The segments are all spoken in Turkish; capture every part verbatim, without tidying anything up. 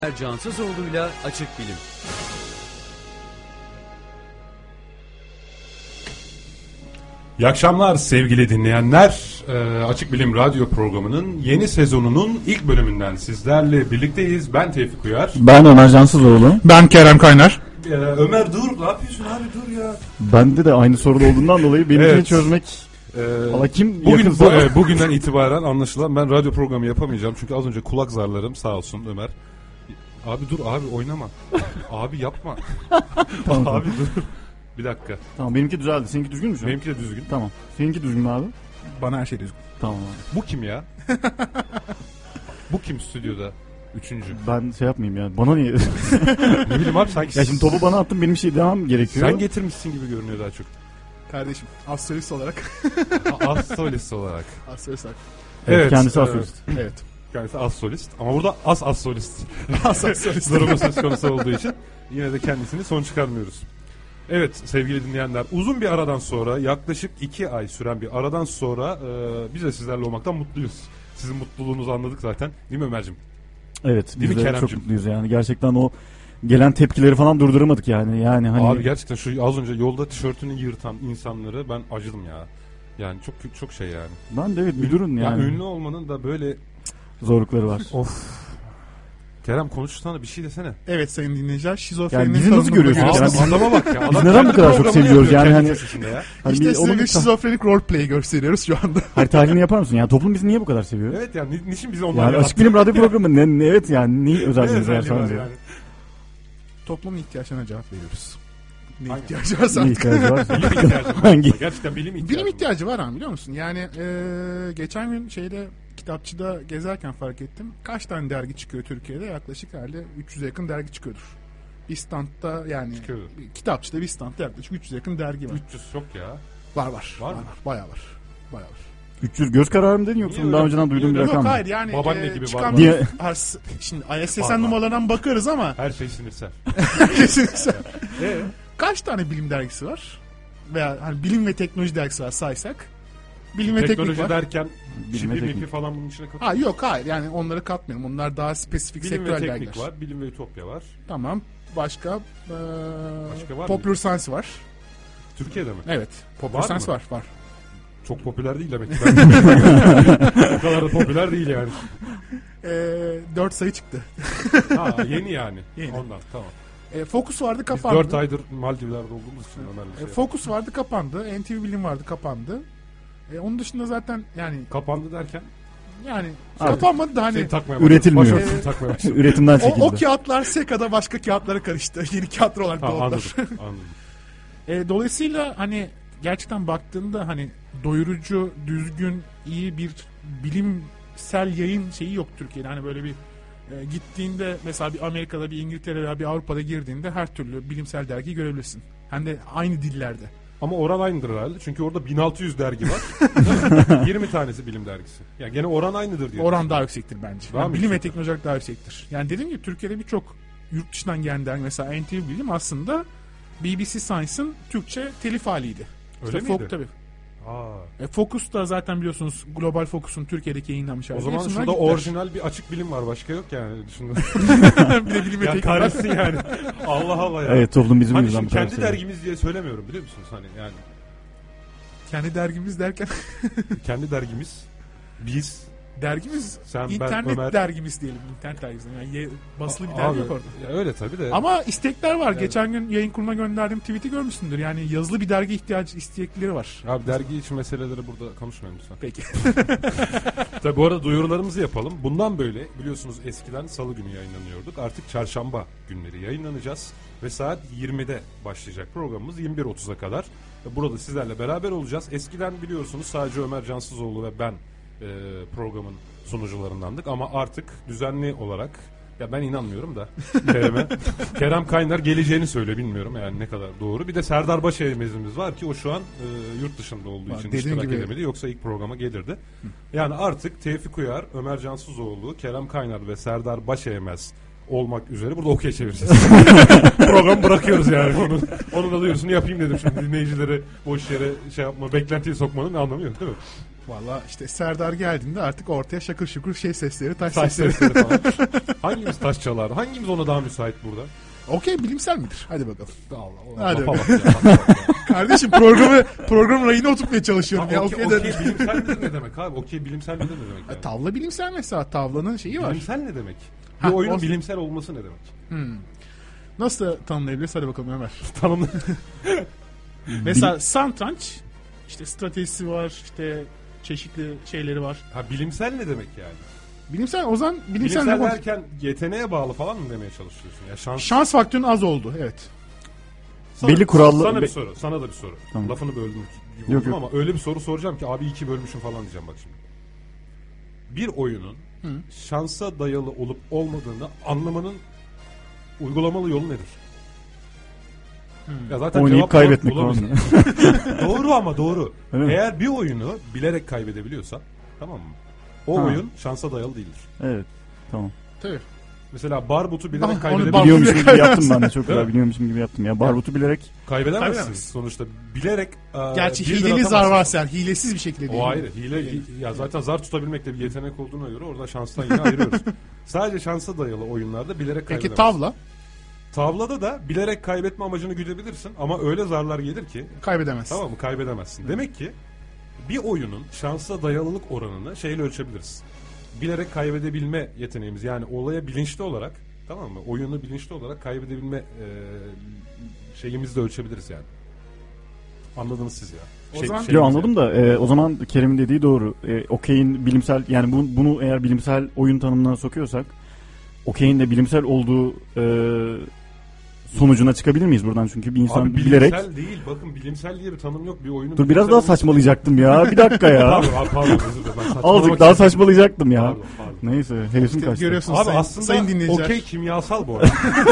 Cansızoğlu'yla Açık Bilim. İyi akşamlar sevgili dinleyenler. Ee, Açık Bilim Radyo programının yeni sezonunun ilk bölümünden sizlerle birlikteyiz. Ben Tevfik Uyar. Ben Ömer Cansızoğlu. Ben Kerem Kaynar. Ee, Ömer dur, ne yapıyorsun abi, dur ya. Bende de aynı soruda olduğundan dolayı benimkini Evet. çözmek... Ee, Valla kim bugün, yakınsa... bu, e, bugünden itibaren anlaşılan ben radyo programı yapamayacağım. Çünkü az önce kulak zarlarım, sağ olsun Ömer. Abi dur abi, oynama. Abi yapma. Tamam, abi dur. Bir dakika. Tamam, benimki düzeldi. Seninki düzgün mü şu an? Benimki de düzgün. Tamam. Seninki düzgün mü abi? Bana her şey düzgün. Tamam abi. Bu kim ya? Bu kim stüdyoda? Üçüncü. Ben şey yapmayayım ya. Bana niye? Ne bileyim abi, sanki... Ya şimdi topu bana attın, benim şey devam gerekiyor. Sen getirmişsin gibi görünüyor daha çok. Kardeşim, astrolist olarak. Astrolist olarak. Astrolist olarak. Evet, Evet, kendisi e, astrolist. Evet. Kendisi astrolist. Ama burada as astrolist. As astrolist. Durumu söz konusu olduğu için yine de kendisini son çıkarmıyoruz. Evet sevgili dinleyenler, uzun bir aradan sonra, yaklaşık iki ay süren bir aradan sonra e, biz de sizlerle olmaktan mutluyuz. Sizin mutluluğunuzu anladık zaten. Değil mi Ömer'cim? Evet, Değil biz mi de çok Kerem'cim? mutluyuz yani. Gerçekten o gelen tepkileri falan durduramadık yani. Yani hani... Abi gerçekten şu az önce yolda tişörtünü yırtan insanları ben acıdım ya. Yani çok çok şey yani. Ben de evet, müdürün yani. Ya ünlü olmanın da böyle zorlukları var. of. Kerem konuşsana, bir şey desene. Evet sayın dinleyiciler, şizofreninin Yani bizi nasıl tanımını görüyorsunuz? görüyorsunuz. Abi, adama bak ya. Adam Biz neden bu kadar çok programını seviyoruz yapıyor yani kendi hani... sesinde ya. hani İşte bir- size onun bir bir- şizofrenik roleplay gösteriyoruz şu anda. Hayır, tahlilini yapar mısın? Yani toplum bizi niye bu kadar seviyor? Evet yani ni- niçin bizi onlar Yani yarattı? Açık Bilim Radyo programı ne, ne evet yani ne Ne özelliğiniz var özelliği var sadece? yani? Toplumun ihtiyaçlarına cevap veriyoruz. Ne Hangi- ihtiyacı varsa. Ne ihtiyacı var? Bilim ihtiyacı var. Hangi? Gerçekten bilim ihtiyacı Bilim var. ihtiyacı var ama biliyor musun? Yani eee, geçen gün şeyde kitapçıda gezerken fark ettim. Kaç tane dergi çıkıyor Türkiye'de? Yaklaşık herhalde üç yüze yakın dergi çıkıyordur. Bir standta yani Çıkıyor. bir kitapçıda bir standta yaklaşık üç yüze yakın dergi var. üç yüz çok ya. Var var. Var Var mı? var. Bayağı var. Bayağı var. üç yüz göz kararı mı dedin yoksa Niye daha öyle? önceden duyduğum bir Niye öyle? rakam Yok mı? hayır yani Babaanne e, gibi çıkan var. Diye- Ars- şimdi I S Var, S var. N numaradan bakarız ama Her şey sinirsel. kesinlikle. Ee? Kaç tane bilim dergisi var? Veya hani bilim ve teknoloji dergisi var saysak. Bilim ve teknik Teknoloji var. derken Bilim ve şimdi teknik. M I P falan bunun içine katıyor. Ha yok hayır yani onları katmıyorum. Onlar daha spesifik Bilim ve sektörel teknik dergiler. var. Bilim ve ütopya var. Tamam. Başka, e, Başka var mı? Popular Science var. Türkiye'de mi? Evet. Popular Var Science mı? var. Var. Çok popüler değil demek ki. O kadar da popüler değil yani. E, dört sayı çıktı. Ha, yeni yani. Yeni. Ondan tamam. E, Focus vardı Biz kapandı. dört aydır Maldivler'de olduğumuz için Ömer'le şey E, Focus vardı kapandı. N T V Bilim vardı kapandı. E, onun dışında zaten yani kapandı derken yani Abi, kapanmadı da hani seni takmaya Üretilmiyor. başladı. Başörtüsünü takmaya başladı. Üretimden o, çekildi. o kağıtlar SEKA'da başka kağıtlara karıştı. Yeni kağıtlar olarak Ha, doğdular. anladım. Anladım. E, dolayısıyla hani gerçekten baktığında hani doyurucu, düzgün, iyi bir bilimsel yayın şeyi yok Türkiye'de. Hani böyle bir e, gittiğinde mesela bir Amerika'da, bir İngiltere veya bir Avrupa'da girdiğinde her türlü bilimsel dergiyi görebilirsin. Hem de aynı dillerde. Ama oran aynıdır herhalde. Çünkü orada bin altı yüz dergi var. yirmi tanesi bilim dergisi. Yani gene oran aynıdır diye. Oran daha yüksektir bence. Daha Yani mı bilim ve yüksektir? teknoloji olarak daha yüksektir. Yani dediğim gibi Türkiye'de birçok yurt dışından gelen dergi mesela N T V Bilim aslında B B C Science'ın Türkçe telif haliydi. Öyle İşte miydi? Fo- tabii. Aa. E, Focus da zaten biliyorsunuz Global Focus'un Türkiye'deki yayınlanmış hali. O zaman Hepsinden şurada gittiler. orijinal bir açık bilim var. Başka yok yani. Dışında. bir de bilim ve ya teknik. kahretsin yani. Allah Allah ya. Evet, toplum bizim Hani yüzünden şimdi bu kadar kendi seviyor. dergimiz diye söylemiyorum biliyor musunuz? Hani yani Kendi dergimiz derken kendi dergimiz, biz, dergimiz sen, ben, internet Ömer. dergimiz diyelim. İnternet dergisi. Yani ye- basılı bir dergi Abi, yok orada. ya öyle tabii de. Ama istekler var. Yani- Geçen gün yayın kuruluna gönderdiğim tweet'i görmüşsündür. Yani yazılı bir dergi ihtiyacı istekleri var. Abi dergi için meseleleri burada konuşmayalım lütfen. Peki. Tabii bu arada duyurularımızı yapalım. Bundan böyle biliyorsunuz eskiden salı günü yayınlanıyorduk. Artık çarşamba günleri yayınlanacağız. Ve saat yirmide başlayacak programımız yirmi bir otuza kadar. Burada sizlerle beraber olacağız. Eskiden biliyorsunuz sadece Ömer Cansızoğlu ve ben e, programın sunucularındandık. Ama artık düzenli olarak, ya ben inanmıyorum da Kerem'e, Kerem Kaynar geleceğini söyle, bilmiyorum yani ne kadar doğru. Bir de Serdar Başeğmez'imiz var ki o şu an e, yurt dışında olduğu Var, için dediğim iştirak gibi. edemedi. Yoksa ilk programa gelirdi. Yani artık Tevfik Uyar, Ömer Cansızoğlu, Kerem Kaynar ve Serdar Başeğmez olmak üzere burada okey çevireceğiz. Programı bırakıyoruz yani. Onun, onun da duyurusunu yapayım dedim şimdi. Dinleyicileri boş yere şey yapma, beklentiye sokmanın anlamı yok değil mi? Valla işte Serdar geldiğinde artık ortaya şakır şukur şey sesleri, taş, Taş sesleri. sesleri falan. Hangimiz taş çalar? Hangimiz ona daha müsait burada? Okey bilimsel midir? Hadi bakalım. Allah Hadi Allah. Lafa bak ya, lafa bak ya. Kardeşim programı program rayına oturtmaya çalışıyorum Ha, ya. okey, Okey, okey bilimsel nedir ne demek abi? Okey bilimsel nedir ne demek yani? Tavla bilimsel mesela. Tavlanın şeyi var. Bilimsel ne demek? Bir Ha, oyunun o- bilimsel olması ne demek? Hmm. Nasıl tanımlayabiliriz? Hadi bakalım Ömer. Tanımlı. Mesela satranç işte stratejisi var, işte çeşitli şeyleri var. Ha bilimsel ne demek yani? Bilimsel o zaman bilimsel, Bilimsel ne var? derken yeteneğe bağlı falan mı demeye çalışıyorsun? Ya şans. Şans faktörün az oldu. Evet. Sana- Belli kurallı- Sana bir be- soru. Sana da bir soru. Tamam. Lafını böldüm gibi Yok, oldum yok. ama öyle bir soru soracağım ki abi iyi ki bölmüşüm falan diyeceğim bak şimdi. Bir oyunun Hı. şansa dayalı olup olmadığını anlamanın uygulamalı yolu nedir? Ya zaten Oynayıp cevap kaybetmek var, falan. bulabilirsin. Doğru ama doğru. Öyle mi? Eğer bir oyunu bilerek kaybedebiliyorsan tamam mı? O Ha. oyun şansa dayalı değildir. Evet. Tamam. Tabii. Mesela Barbut'u Ah, bilerek onu kaybedebilirsin. Barbut- Biliyormuşum gibi yaptım ben de. Çok Değil güzel mi? biliyormuşum gibi yaptım ya. Barbut'u bilerek Kaybedemezsin Kaybedemezsin. sonuçta. Bilerek e, Gerçi birden hileli zar atamazsın. varsa yani hilesiz bir şekilde değil. O ayrı. Hile, ya zaten zar tutabilmek de bir yetenek olduğuna göre orada şanstan yine ayırıyoruz. Sadece şansa dayalı oyunlarda bilerek Peki kaybedemezsin. tavla Tavlada da bilerek kaybetme amacını güdebilirsin ama öyle zarlar gelir ki kaybedemez. tamam mı kaybedemezsin. Demek ki bir oyunun şansa dayalılık oranını şeyle ölçebiliriz. Bilerek kaybedebilme yeteneğimiz yani olaya bilinçli olarak tamam mı? Oyunu bilinçli olarak kaybedebilme e, şeyimizi de ölçebiliriz yani. Anladınız siz ya. O Şey- zaman- şeyimizi Yo anladım yani. da e, o zaman Kerem'in dediği doğru. E, Okey'in bilimsel yani bu, bunu eğer bilimsel oyun tanımına sokuyorsak Okey'in de bilimsel olduğu e, sonucuna çıkabilir miyiz buradan? Çünkü bir insan Abi bilerek... bilimsel değil. Bakın bilimsel diye bir tanım yok. Bir oyunun Dur biraz bilimsel daha olması- saçmalayacaktım ya. Bir dakika ya. Pardon, abi, pardon özür dilerim. Ben saçmalamak Azıcık daha istedim. saçmalayacaktım ya. Pardon, pardon. Neyse hevesim İşte kaçtı. görüyorsunuz Abi sayın, aslında sayın dinleyiciler. okey kimyasal bu arada.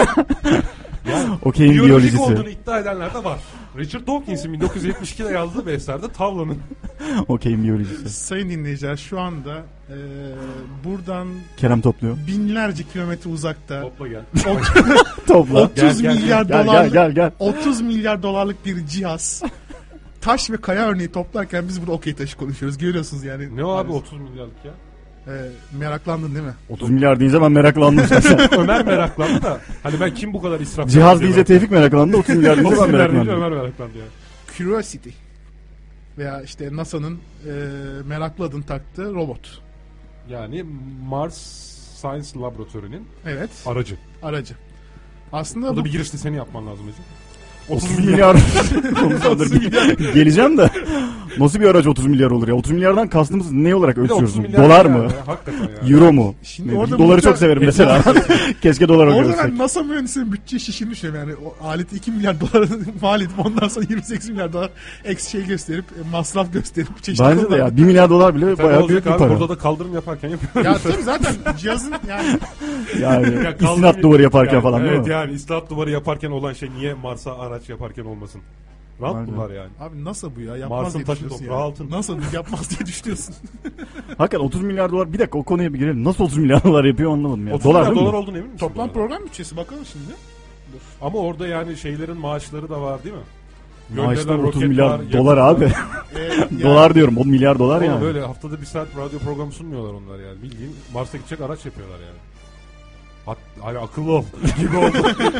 yani Okey'in biyolojik biyolojisi. olduğunu iddia edenler de var. Richard Dawkins'in bin dokuz yüz yetmiş ikide yazdığı bir eserde tavlanın Okey'in biyolojisi. Sayın dinleyiciler şu anda e, buradan Kerem topluyor. binlerce kilometre uzakta topla gel. Topla. otuz Gel, gel, milyar Gel dolar gel gel gel. otuz milyar dolarlık bir cihaz taş ve kaya örneği toplarken biz burada okey taşı konuşuyoruz. Görüyorsunuz yani. Ne o abi otuz milyarlık ya? E, meraklandın değil mi? otuz milyar deyince ben meraklandım. Ömer meraklandı da hani ben kim bu kadar israf Cihaz ediyor deyince Tevfik meraklandı. otuz milyar deyince otuz ben milyar deyince meraklandım. Ömer meraklandı ya. Curiosity veya işte NASA'nın e, meraklı adını taktığı robot. Yani Mars Science Laboratory'nin Evet. aracı. Aracı. Aslında Burada bu bir girişte seni yapman lazım Ece. otuz milyar. otuz milyar. Geleceğim de. Nasıl bir araç otuz milyar olur ya? otuz milyardan kastımız ne olarak Bir de ölçüyoruz? otuz milyar Dolar ya. mı? Ya, hakikaten ya. Euro mu? Şimdi Ne orada bileyim, Doları burada- çok severim mesela. Keşke dolar orada ödersek. ben NASA mühendisinin bütçe şişini düşünüyorum yani. O aleti iki milyar dolar mal edip ondan sonra yirmi sekiz milyar dolar eks şey gösterip e, masraf gösterip çeşitli Bence de konularda- ya bir milyar dolar bile Tabii bayağı olacak büyük bir abi, para. burada da kaldırım yaparken yapıyorlar. Ya tabii zaten cihazın yani Yani Ya kaldırım- istinat duvarı yaparken yani, falan değil evet mi? yani istinat duvarı yaparken olan şey niye Mars'a araç yaparken olmasın? Rant Aynen. bunlar yani. abi NASA bu ya yapmaz Mars'ın diye taşı düşünüyorsun toprağı ya. altın. NASA bu yapmaz diye düşünüyorsun. Hakikaten otuz milyar dolar. Bir dakika o konuya bir girelim. Nasıl otuz milyar dolar yapıyor anlamadım ya. otuz Dolar milyar değil dolar mi? olduğunu emin misin? Toplam bu arada? program bütçesi bakalım şimdi. Ama orada yani şeylerin maaşları da var değil mi? Maaşlar Gönderilen otuz roket milyar var, dolar yakıt abi. var. Ee, yani- Dolar diyorum. O milyar dolar Oğlum yani. böyle haftada bir saat radyo programı sunmuyorlar onlar yani. Bildiğin Mars'a gidecek araç yapıyorlar yani. Hat, hani akıllı ol gibi oldu.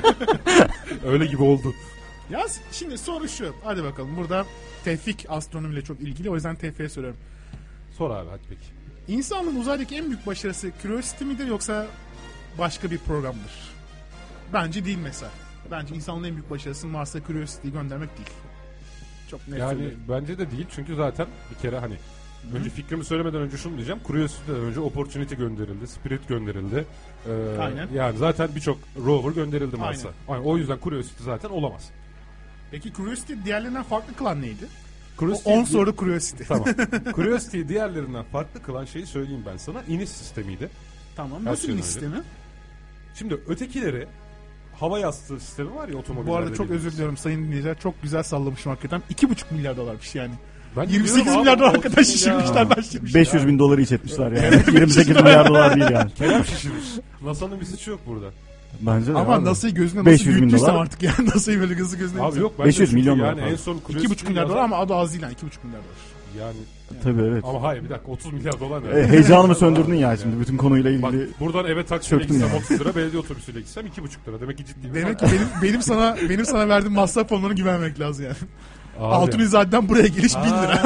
Öyle gibi oldu. Ya şimdi soru şu. Hadi bakalım. Burada Tevfik astronomiyle çok ilgili. O yüzden Tevfik'e soruyorum. Sor abi hadi peki. İnsanın uzaydaki en büyük başarısı Curiosity midir yoksa başka bir programdır? Bence değil mesela. Bence insanın en büyük başarısı Mars'a Curiosity'yi göndermek değil. Çok net Yani söylüyorum. bence de değil çünkü zaten bir kere hani önce fikrimi söylemeden önce şunu diyeceğim. Curiosity'den önce Opportunity gönderildi, Spirit gönderildi. Ee, Aynen. Yani zaten birçok rover gönderildi Mars'a. Aynen. Yani o yüzden Curiosity zaten olamaz. Peki Curiosity diğerlerinden farklı kılan neydi? Curiosity on soru Curiosity. Tamam. Curiosity'yi diğerlerinden farklı kılan şeyi söyleyeyim ben sana. İniş sistemiydi. Tamam. Her Nasıl bir şeyden iniş önce. sistemi? Şimdi ötekileri hava yastığı sistemi var ya otomobillerde. Bu arada çok bildiğiniz. özür diliyorum sayın dinleyiciler. Çok güzel sallamışım hakikaten. iki buçuk milyar dolarmış yani. Ben yirmi sekiz diyorum milyar abi, dolar hakikaten olsun şişirmişler. ya. Ben şişirmişler. beş yüz bin doları iç etmişler yani. yirmi sekiz milyar dolar değil yani. Kerem şişirmiş. NASA'nın bir suçu yok burada. Bence de Ama abi. NASA'yı gözüne beş nasıl yüz bin büyüttüysem dolar. artık yani NASA'yı böyle gözü gözüne Abi yok. beş yüz çünkü milyon yani dolar en son iki buçuk milyar dolar ama adı az değil yani iki buçuk milyar dolar. Yani Tabii evet. ama hayır bir dakika otuz milyar dolar ne? E, heyecanımı söndürdün ya şimdi bütün konuyla Bak ilgili. buradan eve taksiyle Çöktüm gitsem ya. otuz lira, belediye otobüsüyle gitsem iki buçuk lira. Demek ki ciddi bir Demek ki benim benim sana benim sana verdiğim masraf fonlarına güvenmek lazım yani. Abi. Altunizade'den buraya geliş bin lira.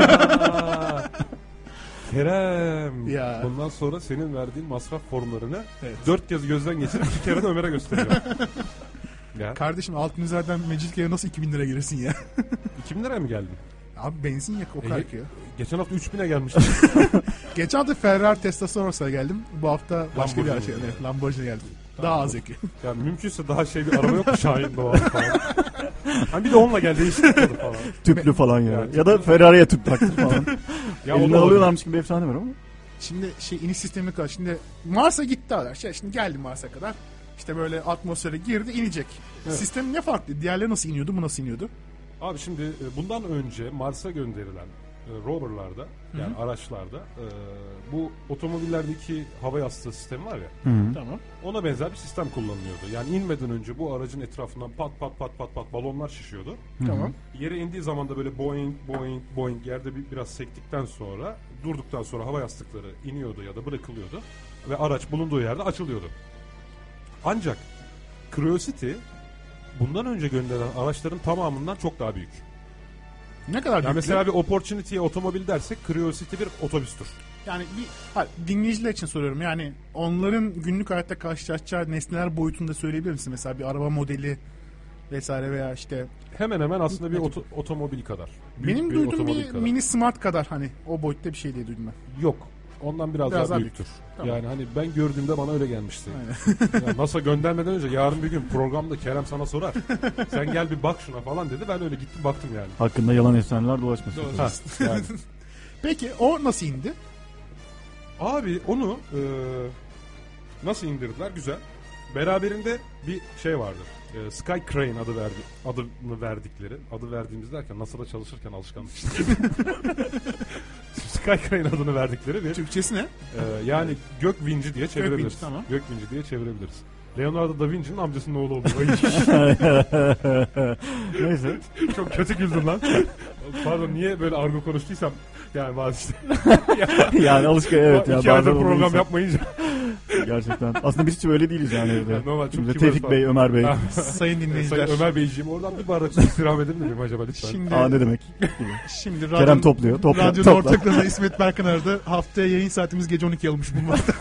Aa. Kerem. Ya. Bundan sonra senin verdiğin masraf formlarını Evet. dört kez gözden geçirip iki kere de Ömer'e göstereceğim. Ya. Kardeşim Altunizade'den Mecidiköy'e nasıl iki bin lira girersin ya? iki bin liraya mı geldin? Abi benzin yak o E, kadar ki ya. Geçen hafta üç bine gelmiştin. Geçen hafta Ferrari Tesla'sı olsa geldim. Bu hafta başka bir Lamborghini şey. yani. Evet, Lamborghini geldim. Daha az yakıyor. Yani mümkünse daha şey bir araba yok mu Şahin Doğan falan. Hani bir de onunla gel değişik tadı falan. Tüplü falan ya. Yani Ya da Ferrari'ye tüp taktı falan. Ya o Eline da olabilir. alıyorlarmış gibi bir efsane var ama. Şimdi şey iniş sistemine kadar. Şimdi Mars'a gitti adam. Şey, şimdi geldi Mars'a kadar. İşte böyle atmosfere girdi inecek. Evet. Sistem ne farklı? Diğerleri nasıl iniyordu? Bu nasıl iniyordu? Abi şimdi e, bundan önce Mars'a gönderilen e, roverlarda yani Hı hı. araçlarda e, bu otomobillerdeki hava yastığı sistemi var ya, Hı hı. Tamam. ona benzer bir sistem kullanılıyordu. Yani inmeden önce bu aracın etrafından pat pat pat pat pat balonlar şişiyordu. Tamam. Yere indiği zaman da böyle boing boing boing yerde bir, biraz sektikten sonra durduktan sonra hava yastıkları iniyordu ya da bırakılıyordu ve araç bulunduğu yerde açılıyordu. Ancak Curiosity bundan önce gönderilen araçların tamamından çok daha büyük. Ne kadar Yani büyük? mesela bir Opportunity'ye otomobil dersek Curiosity bir otobüstür. Yani bir hayır, dinleyiciler için soruyorum. Yani onların günlük hayatta karşılaşacağı nesneler boyutunda söyleyebilir misin? Mesela bir araba modeli vesaire veya işte Hemen hemen aslında bir oto- otomobil kadar. Büyük benim duyduğum otomobil bir kadar. mini smart kadar hani o boyutta bir şey diye duydum ben. Yok. Ondan biraz, Biraz daha daha büyüktür. Tamam. Yani hani ben gördüğümde bana öyle gelmişti. Aynen. Yani NASA göndermeden önce yarın bir gün programda Kerem sana sorar. Sen gel bir bak şuna falan dedi. Ben öyle gittim baktım yani. Hakkında yalan efsaneler dolaşmasın. Doğru. Ha, yani. Peki o nasıl indi? Abi onu e, nasıl indirdiler? Güzel. Beraberinde bir şey vardır. E, Sky Crane adı verdi, adını verdikleri. Adı verdiğimiz derken NASA'da çalışırken alışkanlık işte. Sky Crane adını verdikleri bir Türkçesi ne? e, yani gök vinci diye çevirebiliriz. vinci, tamam. Gök vinci diye çevirebiliriz. Leonardo da Vinci'nin amcasının oğlu oldu. Neyse. Çok kötü güldüm lan. Pardon niye böyle argo konuştuysam yani bazı Yani alışkan evet ya. İki aydır bazen program oluyorsa- yapmayınca. Gerçekten. Aslında biz hiç öyle değiliz yani evde. Yani normal, çok Şimdi kibarız Tevfik falan. Bey, Ömer Bey. Sayın dinleyiciler. Sayın Ömer Beyciğim oradan bir bardak su istirham edebilir miyim acaba lütfen? Şimdi Aa ne demek? şimdi Kerem radyo, topluyor. Topla, radyonun topla. ortaklarına İsmet Berkan aradı. Haftaya yayın saatimiz gece on iki olmuş bulmakta.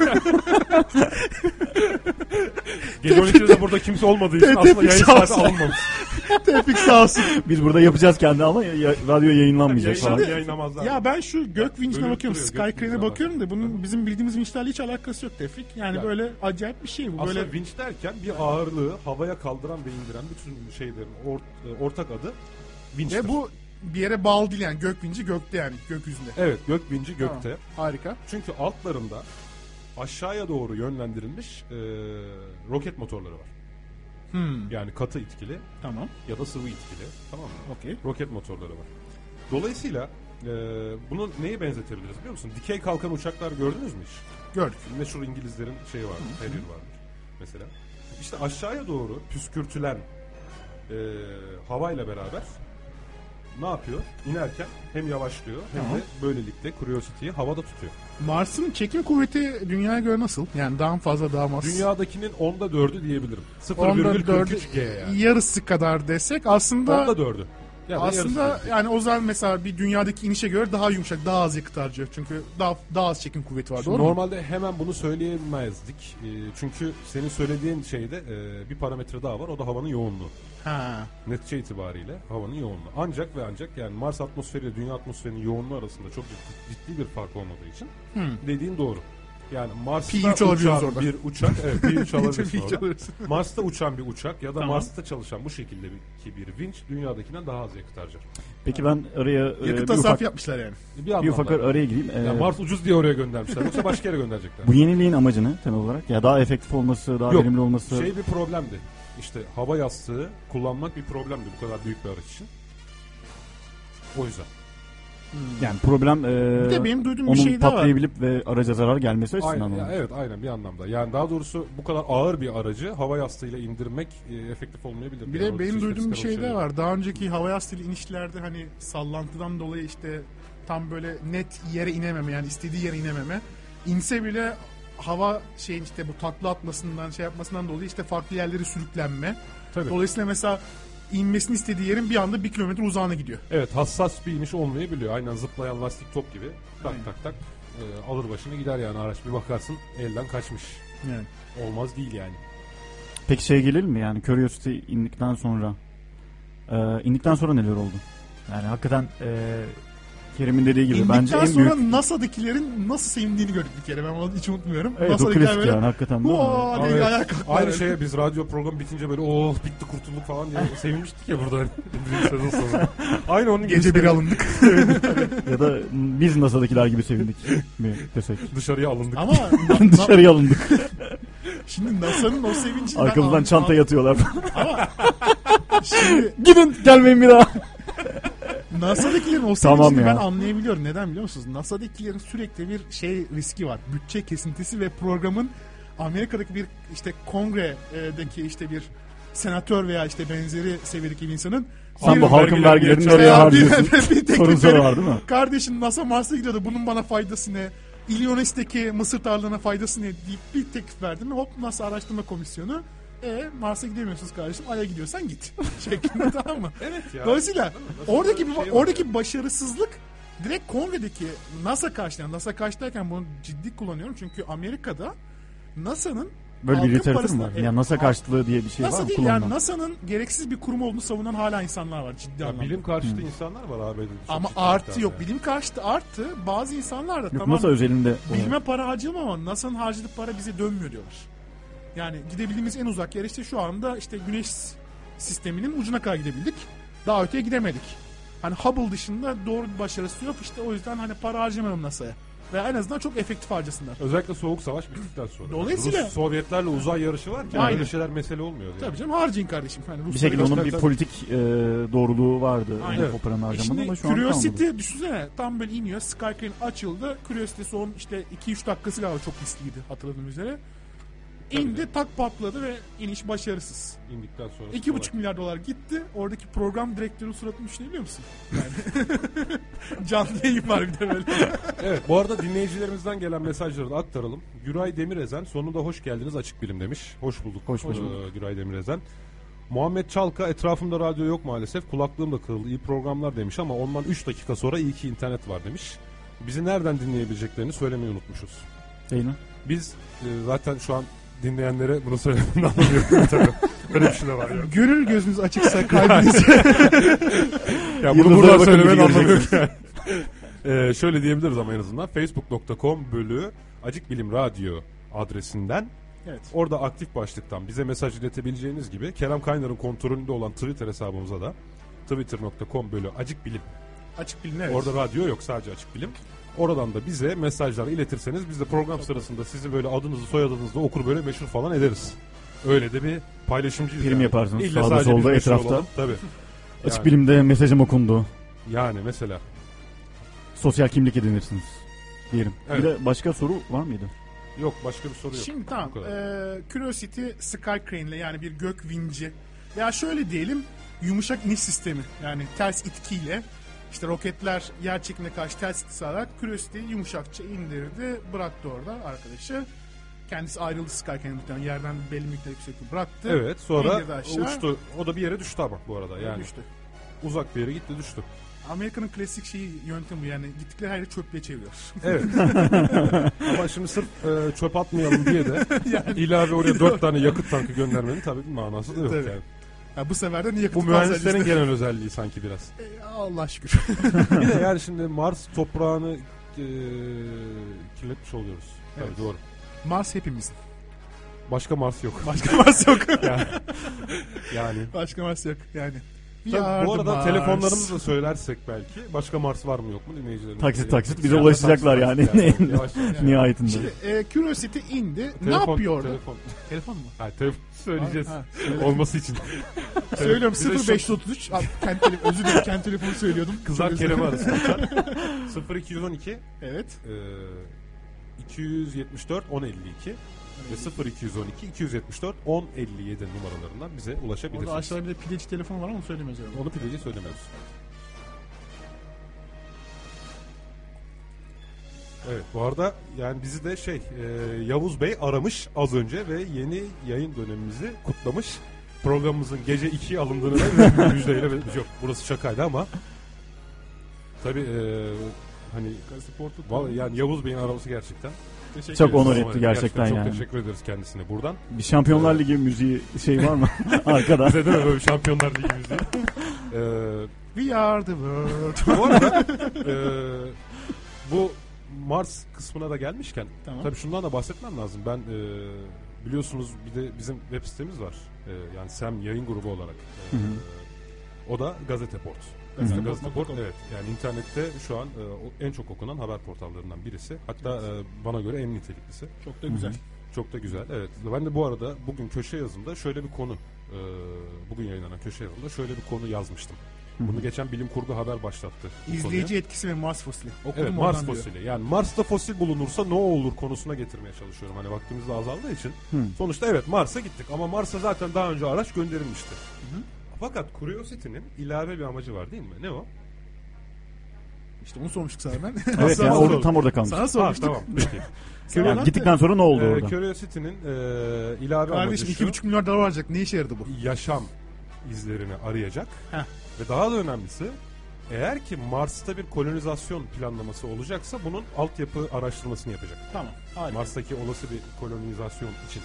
Gece on ikide de burada kimse olmadığı için Tevfik aslında yayın sağ saati olsun. alınmamış. Tevfik sağ olsun. Biz burada yapacağız kendi ama ya, radyo yayınlanmayacak Yayınlar, falan. yayınlamazlar. Ya ben şu gök vincine Bölüp bakıyorum. duruyor, Sky gök Crane'e vincine bakıyorum da bunun bizim bildiğimiz vinçlerle hiç alakası yok Tevfik. Yani Ya. böyle acayip bir şey bu. Aslında Böyle vinç derken bir ağırlığı havaya kaldıran ve indiren bütün şeylerin or- ortak adı vinçtir. ve bu bir yere bağlı değil yani gök vinci gökte yani gökyüzünde. Evet gök vinci gökte. Tamam, harika. Çünkü altlarında aşağıya doğru yönlendirilmiş e, roket motorları var. Hmm, Yani katı itkili tamam. ya da sıvı itkili. Tamam mı? Okey. Roket motorları var. Dolayısıyla e, bunu neye benzetebiliriz biliyor musun? Dikey kalkan uçaklar gördünüz mü hiç? Gördük. Meşhur İngilizlerin şeyi vardır, Harrier vardır mesela. İşte aşağıya doğru püskürtülen e, havayla beraber ne yapıyor? İnerken hem yavaşlıyor hem Tamam. de böylelikle Curiosity'yi havada tutuyor. Mars'ın çekim kuvveti dünyaya göre nasıl? Yani daha mı fazla daha mı az? Dünyadakinin onda dördü diyebilirim. sıfır Onda virgül kırk dördü üç G yani. yarısı kadar desek aslında Onda dördü. Ya da aslında yarısı. yani o zaman mesela bir dünyadaki inişe göre daha yumuşak, daha az yakıt harcıyor. Çünkü daha daha az çekim kuvveti var. Şimdi Doğru mu? normalde hemen bunu söyleyemezdik. E, çünkü senin söylediğin şeyde e, bir parametre daha var. O da havanın yoğunluğu. Ha. Netice itibariyle havanın yoğunluğu. Ancak ve ancak yani Mars atmosferiyle dünya atmosferinin yoğunluğu arasında çok ciddi, ciddi bir fark olmadığı için Hmm. dediğin doğru. Yani Mars'ta P üç alabiliyoruz uçan orada. bir uçak, evet P üç alabilirsin P üç orada. alırız. Mars'ta uçan bir uçak ya da Tamam. Mars'ta çalışan bu şekilde bir, ki bir vinç dünyadakinden daha az yakıt harcar. Peki ben araya e, Yakıt bir tasarruf ufak, yapmışlar yani. Bir, bir anlamda. ufak araya gireyim. E, Yani Mars ucuz diye oraya göndermişler. Yoksa başka yere gönderecekler. bu yeniliğin amacı ne temel olarak? Ya daha efektif olması, daha Yok, verimli olması. Şey bir problemdi. İşte hava yastığı kullanmak bir problemdi bu kadar büyük bir araç için. O yüzden. Yani problem e, Bir de benim duyduğum bir onun şey daha var. patlayabilip ve araca zarar gelmesi açısından. Aynen, ama. ya, evet aynen bir anlamda. Yani daha doğrusu bu kadar ağır bir aracı hava yastığıyla indirmek e, efektif olmayabilir. Bir Yani de o benim işte duyduğum bir çıkan o şey de şeyler. var. Daha önceki hava yastığı inişlerde hani sallantıdan dolayı işte tam böyle net yere inememe, yani istediği yere inememe. İnse bile hava şeyin işte bu takla atmasından, şey yapmasından dolayı işte farklı yerlere sürüklenme. Tabii. Dolayısıyla mesela inmesini istediği yerin bir anda bir kilometre uzağına gidiyor. Evet, hassas bir iniş olmayabiliyor. Aynen zıplayan lastik top gibi. Tak Aynen. tak tak e, alır başını gider yani araç. Bir bakarsın elden kaçmış. Yani. Olmaz değil yani. Peki şey gelir mi yani Curiosity indikten sonra e, indikten sonra neler oldu? Yani hakikaten e, Kerim'in dediği gibi İndikten bence en sonra büyük. NASA'dakilerin nasıl sevindiğini gördük bir kere. Ben onu hiç unutmuyorum. Evet, o NASA'dakiler klasik böyle yani hakikaten. değil mi? "Huaa" diye Evet. ayağa kalktılar. Aynı şeye biz radyo programı bitince böyle oh bitti kurtulduk falan diye sevinmiştik ya burada. Birinci sezon sonu. Aynı onun gibi. Gece bir alındık. Ya da biz NASA'dakiler gibi sevindik mi desek. Dışarıya alındık. Ama na- na- Dışarıya alındık. şimdi NASA'nın o sevincini ben Arkamızdan an- çanta an- yatıyorlar. Ama şimdi Gidin gelmeyin bir daha. NASA'dakilerin o Tamam sevincini ya. ben anlayabiliyorum. Neden biliyor musunuz? NASA'dakilerin sürekli bir şey riski var. Bütçe kesintisi ve programın Amerika'daki bir işte kongredeki işte bir senatör veya işte benzeri seviyedeki bir insanın Sen bir- bu halkın vergilerini bir- nereye bir- harcıyorsun? bir teklifleri- Sorun soru var değil mi? Kardeşim NASA Mars'a gidiyordu. Bunun bana faydası ne? Illinois'teki mısır tarlalarına faydası ne deyip bir teklif verdim. Hop NASA Araştırma Komisyonu e Mars'a gidemiyorsunuz kardeşim. Ay'a gidiyorsan git. Şeklinde, tamam mı? Evet ya. Dolayısıyla Nasıl oradaki bir bir, şey var oradaki yani? başarısızlık direkt kongredeki NASA karşı, yani NASA karşı derken bunu ciddi kullanıyorum. Çünkü Amerika'da NASA'nın Böyle bir halkın literatür mü parasına- var? Evet, Yani NASA ha- karşıtlığı diye bir şey var NASA mı değil kullanılan? yani NASA'nın gereksiz bir kurum olduğunu savunan hala insanlar var ciddi Ya anlamda. bilim karşıtı insanlar var abi. Çok Ama ciddi artı miktarda yok. yani. Bilim karşıtı artı. Bazı insanlar da Yok tamam NASA özelinde. bilime para harcayalım ama NASA'nın harcadığı para bize dönmüyor diyorlar. Yani gidebildiğimiz en uzak yer işte şu anda işte Güneş sisteminin ucuna kadar gidebildik. Daha öteye gidemedik. Hani Hubble dışında doğru bir başarısı yok. İşte o yüzden hani para harcamayalım NASA'ya. Veya en azından çok efektif harcasınlar. Özellikle Soğuk Savaş bittikten sonra. Dolayısıyla- Rus Sovyetlerle uzay yarışı var ki Aynen. böyle şeyler mesele olmuyor. Yani. Tabii canım, harcayın kardeşim. Yani Bir Rusları şekilde onun bir göster- politik e, doğruluğu vardı. Aynen. Aynen. O paranın E harcamanın Şimdi ama şu an Curiosity kalmadı. düşünsene tam böyle iniyor. Skycrane açıldı. Curiosity son işte iki üç dakikası galiba çok riskliydi hatırladığım üzere. İndi, tak patladı ve iniş başarısız. İndikten sonra. iki buçuk milyar dolar gitti. Oradaki program direktörünün suratını düşünebiliyor musun? Yani. Canlı yayın var bir de böyle. Evet, bu arada dinleyicilerimizden gelen mesajları da aktaralım. Güray Demirezen sonunda hoş geldiniz Açık Bilim demiş. Hoş bulduk. Hoş bulduk. Ee, Güray Demirezen. Muhammed Çalka etrafımda radyo yok maalesef. Kulaklığım da kırıldı. İyi programlar demiş ama ondan üç dakika sonra iyi ki internet var demiş. Bizi nereden dinleyebileceklerini söylemeyi unutmuşuz. Değil mi? Biz e, zaten şu an dinleyenlere bunu söylemeden anlamıyorum. Tabii. Öyle bir şey de var ya. Gönül gözünüz açıksa kalbiniz. Ya bunu Yıldızlara buradan bakın söylemenin gibi anlamı yok göreceksiniz. yani. Ee, şöyle diyebiliriz ama en azından facebook nokta com bölü Acık Bilim Radyo adresinden Evet. orada aktif başlıktan bize mesaj iletebileceğiniz gibi Kerem Kaynar'ın kontrolünde olan Twitter hesabımıza da twitter nokta com bölü Acık Bilim. Açık bilin, evet. Orada radyo yok, sadece Açık Bilim. Oradan da bize mesajları iletirseniz biz de program sırasında sizi böyle adınızı soyadınızı okur böyle meşhur falan ederiz. Öyle de bir paylaşımcıyız. Prim yani. yaparsınız İlla sağda sadece biz solda meşhur etrafta. olalım. Tabii. Açık Yani. bilimde mesajım okundu. Yani mesela. Sosyal kimlik edinirsiniz diyelim. Evet. Bir de başka soru var mıydı? Yok, başka bir soru yok. Şimdi tamam. Bu kadar. E, Curiosity Skycrane ile, yani bir gök vinci veya şöyle diyelim yumuşak iniş sistemi, yani ters itkiyle işte roketler yer çekimine karşı ters itki sağlayarak Curiosity yumuşakça indirdi, bıraktı orada arkadaşı. Kendisi ayrıldı Skycrane'den, muhtemelen yerden belli miktar yükseklik bıraktı. Evet, sonra İndirdi aşağı. uçtu. O da bir yere düştü ama bu arada yani. Düştü. Uzak bir yere gitti, düştü. Amerika'nın klasik şeyi, yöntemi bu, yani gittikleri her yeri çöplüğe çeviriyor. Evet. Ama şimdi sırf e, çöp atmayalım diye de ilave oraya dört tane yakıt tankı göndermenin tabii bir manası da yok Tabii. yani. Ya bu sefer de niye Bu mühendislerin genel özelliği sanki biraz. E, Allah şükür. Bir de yani şimdi Mars toprağını e, kirletmiş oluyoruz. Tabii Evet. doğru. Mars hepimizin. Başka Mars yok. Başka Mars yok. yani, yani Başka Mars yok yani. Tabii, bu arada Mars. telefonlarımızı da söylersek belki başka Mars var mı yok mu dinleyicilerimiz? Taksit taksit bize Yani ulaşacaklar taksit, yani. taksit, yavaş yavaş. Nihayetinde. Şimdi e, Curiosity indi. ne Telefon- yapıyordu? Telefon. Telefon mu? Ha, telefon söyleyeceğiz. Ha, söyle. Olması için. Söylüyorum Bize sıfır beş otuz üç. Abi, kendi tele- özür dilerim kendi telefonu söylüyordum. Kızlar Çok kelime özür dilerim. arasında. sıfır iki yüz on iki Evet. e, iki yüz yetmiş dört on elli iki ve sıfır iki yüz on iki iki yüz yetmiş dört on elli yedi numaralarından bize ulaşabilirsiniz. Orada aşağıda bir de pideci telefon var ama onu söylemiyoruz. herhalde. Onu pideci söylemiyoruz. Evet, bu arada yani bizi de şey e, Yavuz Bey aramış az önce ve yeni yayın dönemimizi kutlamış. Programımızın gece ikiye alındığını da müjdeyle yok. Burası şakaydı ama tabii e, hani vallahi yani Yavuz Bey'in araması gerçekten Teşekkür Çok ederiz. onur Ama etti gerçekten çok yani. teşekkür ederiz kendisine buradan. Bir Şampiyonlar Ligi müziği şey var mı arkada? Bize de böyle Şampiyonlar Ligi müziği. Ee, We are the world. bu arada e, bu Mars kısmına da gelmişken Tamam. tabii şundan da bahsetmem lazım. Ben e, biliyorsunuz bir de bizim web sitemiz var. E, yani Sem yayın grubu olarak. E, Hı hı. O da Gazete Port. Gazete Gazete Port. Port, evet. Yani internette şu an e, o- en çok okunan haber portallarından birisi. Hatta e, bana göre en niteliklisi. Çok da güzel. Çok da güzel. Evet. Ben de bu arada bugün köşe yazımda şöyle bir konu, e, bugün yayınlanan köşe yazımda şöyle bir konu yazmıştım. Bunu geçen bilim kurgu haber başlattı. bu İzleyici konuya. etkisi ve Mars fosili. Okudum Evet, oradan Mars diyor. fosili. Yani Mars'ta fosil bulunursa ne olur konusuna getirmeye çalışıyorum. Hani vaktimiz de azaldığı için. Hı. Sonuçta evet Mars'a gittik ama Mars'a zaten daha önce araç gönderilmişti. Fakat Curiosity'nin ilave bir amacı var değil mi? Ne o? İşte onu sormuştuk sana ben. Evet Sana yani Nasıl orada, oldu? tam orada kalmış. Sana Ha, sormuştuk. tamam peki. Sen Yani ona- gittikten sonra ne oldu Ee, orada? Curiosity'nin e, ilave amacı Kardeşim şu. iki buçuk milyar dolar harcayacak. Ne işe yaradı bu? Yaşam izlerini arayacak. Heh. Ve daha da önemlisi eğer ki Mars'ta bir kolonizasyon planlaması olacaksa bunun altyapı araştırmasını yapacak. Tamam. Harika. Mars'taki olası bir kolonizasyon için.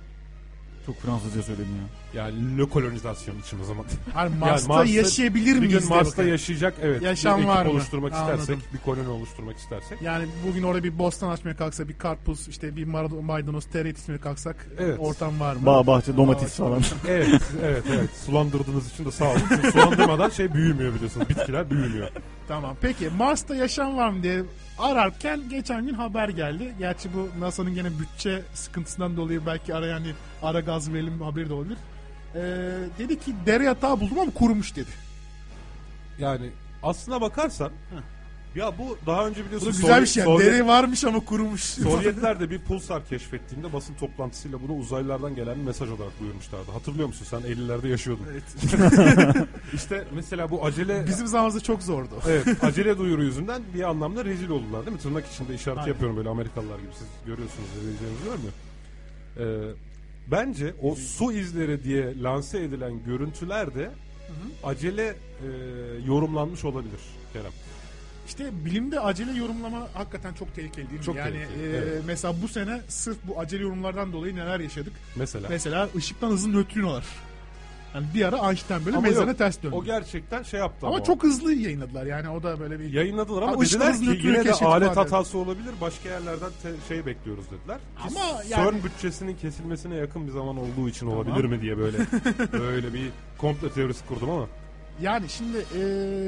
Çok Fransızca söyledin ya. Yani le kolonizasyon için o zaman. Hayır, Mars'ta, Mars'ta yaşayabilir Bir miyiz? gün diye Mars'ta bakıyor. yaşayacak evet Yaşam bir ekip var mı? oluşturmak Anladım. istersek, bir koloni oluşturmak istersek. Yani bugün orada bir bostan açmaya kalksa, bir karpuz, işte bir marad- maydanoz, tere yetişmeye kalksak Evet. ortam var mı? Bağ, bahçe, domates bahçe. falan. Evet, evet, evet. Sulandırdığınız için de sağ olun. Çünkü sulandırmadan şey büyümüyor biliyorsunuz. Bitkiler büyümüyor. Tamam. Peki Mars'ta yaşam var mı diye ararken geçen gün haber geldi. Gerçi bu NASA'nın gene bütçe sıkıntısından dolayı belki araya hani ara gaz verelim haberi de olabilir. Ee, dedi ki dere yatağı buldum ama kurumuş dedi. Yani aslına bakarsan ya bu daha önce Bu da biliyorsunuz güzel bir şey. Yani. Sovyet- Dere varmış ama kurumuş. Sovyetler de bir pulsar keşfettiğinde basın toplantısıyla bunu uzaylılardan gelen bir mesaj olarak duyurmuşlardı. Hatırlıyor musun? Sen ellilerde yaşıyordun. Evet. İşte mesela bu acele Bizim zamanımızda çok zordu. evet, acele duyuru yüzünden bir anlamda rezil oldular değil mi? Tırnak içinde işaret Aynen. yapıyorum böyle Amerikalılar gibi. Siz görüyorsunuz da vereceğinizi görmüyor. Ee, bence o su izleri diye lanse edilen görüntüler de acele e, yorumlanmış olabilir Kerem. İşte bilimde acele yorumlama hakikaten çok tehlikeli değil mi? Çok yani tehlikeli, e, evet. mesela bu sene sırf bu acele yorumlardan dolayı neler yaşadık? Mesela. Mesela ışıktan hızlı nötrinolar. Yani bir ara Einstein böyle Ama mezene yok, ters döndü. o gerçekten şey yaptı ama ama. çok hızlı yayınladılar. Yani o da böyle bir Yayınladılar ama Ha, ışık dediler hızını ki yine de keşfeti alet var hatası olabilir. Başka yerlerden te- şey bekliyoruz dediler. Ki Ama CERN yani- bütçesinin kesilmesine yakın bir zaman olduğu için Tamam. olabilir mi diye böyle böyle bir komplo teorisi kurdum ama. yani şimdi e,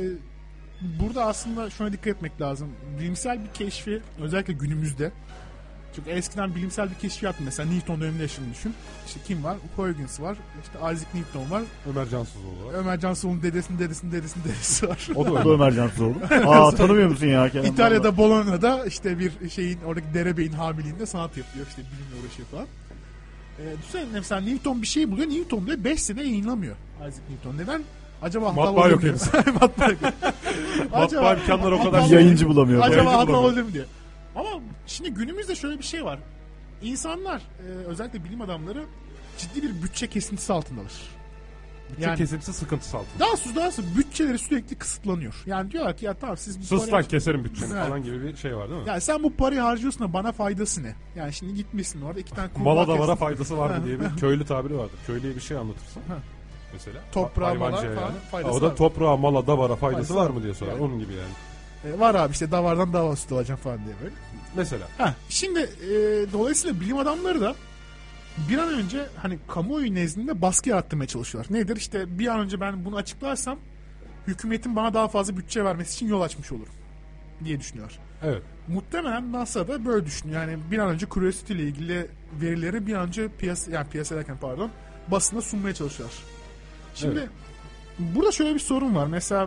burada aslında şuna dikkat etmek lazım. Bilimsel bir keşfi özellikle günümüzde. Çünkü eskiden bilimsel bir keşfi yaptı. Mesela Newton döneminde yaşadığını düşün. İşte kim var? Huygens var. İşte Isaac Newton var. Ömer Cansızoğlu var. Ömer Cansu'nun dedesinin dedesinin dedesinin dedesi var. O da O da öyle. Ömer Cansuoğlu. Aa tanımıyor musun ya Kerem? İtalya'da Bologna'da işte bir şeyin oradaki derebeyin hamiliğinde sanat yapıyor. İşte bilimle uğraşıyor falan. Ee, düşünsene mesela Newton bir şey buluyor. Newton bile beş sene yayınlamıyor. Isaac Newton. Neden? Acaba hata Matbaa olabilir yok mi? henüz. Matbaa yok. Matbaa imkanları o kadar hata Bir yayıncı bulamıyor. Acaba Yayıncı hata bulamıyor. olabilir mi diye. Ama şimdi günümüzde şöyle bir şey var. İnsanlar e, özellikle bilim adamları ciddi bir bütçe kesintisi altındalar. Bütçe Yani- kesintisi sıkıntısı altında. Daha sus daha sus bütçeleri sürekli kısıtlanıyor. Yani diyorlar ki ya tamam siz bu Sus parayı- lan keserim bütçeni Evet. falan gibi bir şey var değil mi? Yani sen bu parayı harcıyorsun da bana faydası ne? Yani şimdi gitmişsin orada iki tane kurbağa Mala da vara kestin. faydası var mı diye bir köylü tabiri vardır. Köylüye bir şey anlatırsın. Ha. Mesela. Toprağa, Hayvancıya mala falan yani. faydası O da var mı? toprağa, mala, davara faydası Faydası var var mı mı? diye sorar. Yani. Onun gibi yani. E, var abi işte davardan dava sütü alacağım falan diye böyle. Mesela. Ha, şimdi e, dolayısıyla bilim adamları da bir an önce hani kamuoyu nezdinde baskı yarattırmaya çalışıyorlar. Nedir? İşte bir an önce ben bunu açıklarsam hükümetin bana daha fazla bütçe vermesi için yol açmış olurum diye düşünüyor. Evet. Muhtemelen NASA da böyle düşünüyor. Yani bir an önce Curiosity ile ilgili verileri bir an önce piyasa, yani piyasa derken pardon, basına sunmaya çalışıyorlar. Şimdi evet. burada şöyle bir sorun var. Mesela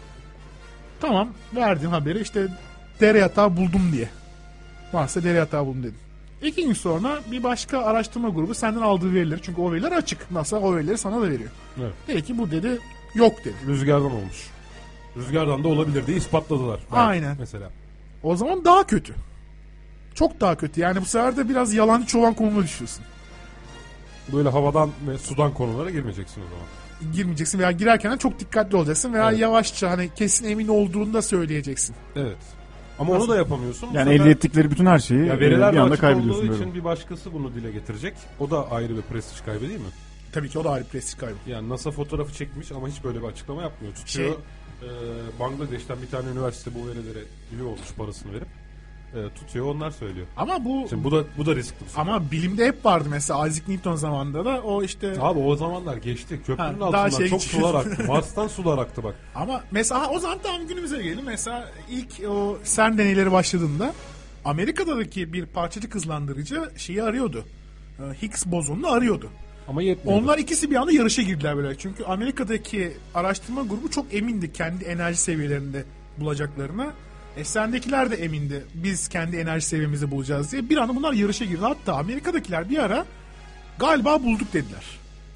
tamam, verdiğin haberi işte dere yatağı buldum diye. Varsa dere yatağı buldum dedim. İki gün sonra bir başka araştırma grubu senden aldığı verileri, çünkü o veriler açık. NASA o verileri sana da veriyor. Evet. Dedi ki bu dedi yok dedi. Rüzgardan olmuş. Rüzgardan da olabilir diye ispatladılar. Aynen. Mesela. O zaman daha kötü. Çok daha kötü. Yani bu sefer de biraz yalancı çoban konumuna düşüyorsun. Böyle havadan ve sudan konulara girmeyeceksin o zaman. Girmeyeceksin veya girerken de çok dikkatli olacaksın veya evet. yavaşça hani kesin emin olduğunda söyleyeceksin. Evet. Ama Nasıl? Onu da yapamıyorsun. Yani elde ettikleri bütün her şeyi ya veriler bir anda açık kaybediyorsun. olduğu için bir başkası bunu dile getirecek. O da ayrı bir prestij kaybı değil mi? Tabii ki o da ayrı prestij kaybı. Yani NASA fotoğrafı çekmiş ama hiç böyle bir açıklama yapmıyor. Tutuyor. Şey, e, Bangladeş'ten bir tane üniversite bu verilere üye olmuş, parasını verip e, tutuyor, onlar söylüyor. Ama bu Şimdi bu da bu da riskli. Ama bilimde hep vardı mesela Isaac Newton zamanında da o işte. Abi o zamanlar geçti. Köprünün ha, altından şey çok geçiyor. Sular aktı. Mars'tan sular aktı bak. Ama mesela o zaman tam günümüze gelelim. Mesela ilk o CERN deneyleri başladığında Amerika'daki bir parçacık hızlandırıcı şeyi arıyordu. Higgs bozonunu arıyordu. Ama yetmiyordu. Onlar ikisi bir anda yarışa girdiler böyle. Çünkü Amerika'daki araştırma grubu çok emindi kendi enerji seviyelerinde bulacaklarına. E sendekiler de emindi. Biz kendi enerji seviyemizi bulacağız diye. Bir anda bunlar yarışa girdi. Hatta Amerika'dakiler bir ara galiba bulduk dediler.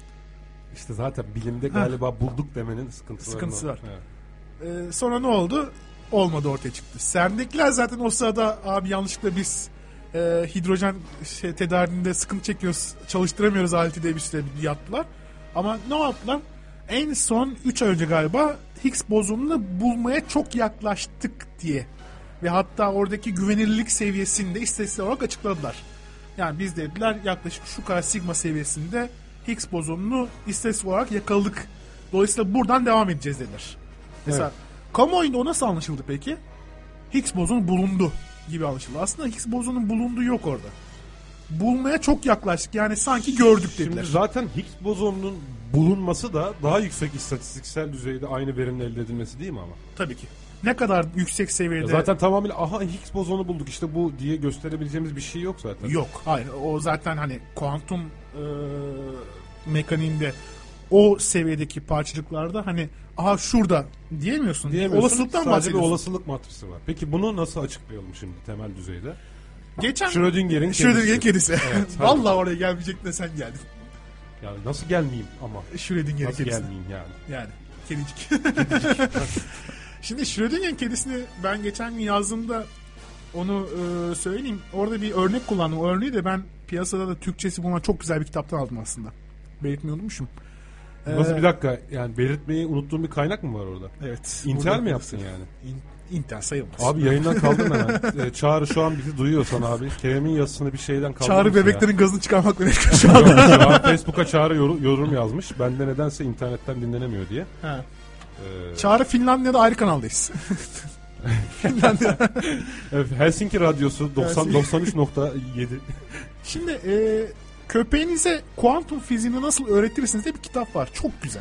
İşte zaten bilimde galiba ha. bulduk demenin sıkıntıları sıkıntısı var. Evet. Ee, sonra ne oldu? Olmadı, ortaya çıktı. CERN'dekiler zaten o sırada abi yanlışlıkla biz e, hidrojen şey, tedarinde sıkıntı çekiyoruz, çalıştıramıyoruz aleti diye bir süre yattılar. Ama ne yaptılar? En son üç ay önce galiba Higgs bozonunu bulmaya çok yaklaştık diye ve hatta oradaki güvenilirlik seviyesini de istatistik olarak açıkladılar. Yani biz dediler yaklaşık şu kadar sigma seviyesinde Higgs bozonunu istatistik olarak yakaladık. Dolayısıyla buradan devam edeceğiz dediler. Mesela evet. Kamuoyunda o nasıl anlaşıldı peki? Higgs bozonu bulundu gibi anlaşıldı. Aslında Higgs bozonunun bulunduğu yok orada. Bulmaya çok yaklaştık. Yani sanki gördük dediler. Şimdi zaten Higgs bozonunun bulunması da daha yüksek istatistiksel düzeyde aynı verinin elde edilmesi değil mi ama? Tabii ki. Ne kadar yüksek seviyede... Ya zaten tamamıyla aha Higgs bozonu bulduk işte bu diye gösterebileceğimiz bir şey yok zaten. Yok. Hayır. O zaten hani kuantum e, mekaniğinde o seviyedeki parçacıklarda hani aha şurada diyemiyorsun. Diyemiyorsun. Olasılıktan sadece bahsediyorsun. bir olasılık matrisi var. Peki bunu nasıl açıklayalım şimdi temel düzeyde? Geçen Schrödinger'in kedisi. Schrödinger'in kedisi. Evet, vallahi oraya gelmeyecektin de sen geldin. Yani nasıl gelmeyeyim ama. Schrödinger'in nasıl kedisi. gelmeyeyim yani. Yani kedicik. kedicik. Şimdi Schrödinger'in kedisini ben geçen gün yazdığımda onu e, söyleyeyim. Orada bir örnek kullandım. O örneği de ben piyasada da Türkçesi bulunan çok güzel bir kitaptan aldım aslında. Belirtmeyi unutmuşum. Nasıl bir dakika yani belirtmeyi unuttuğum bir kaynak mı var orada? Evet. Intel mi yaptın yani? İn, Intel sayılmaz. Abi yayından kaldın hemen. ee, Çağrı şu an bizi duyuyorsan abi. Kerem'in yazısını bir şeyden kaldırmış. Çağrı bebeklerin ya. gazını çıkarmakla meşgul şu an. Şu an Facebook'a Çağrı yor- yorum yazmış. Bende nedense internetten dinlenemiyor diye. Ha. Ee... Çağrı Finlandiya'da ayrı kanaldayız. Finlandiya. Evet, Helsinki Radyosu doksan, doksan üç nokta yedi. Şimdi e, köpeğinize kuantum fiziğini nasıl öğretirsiniz diye bir kitap var. Çok güzel.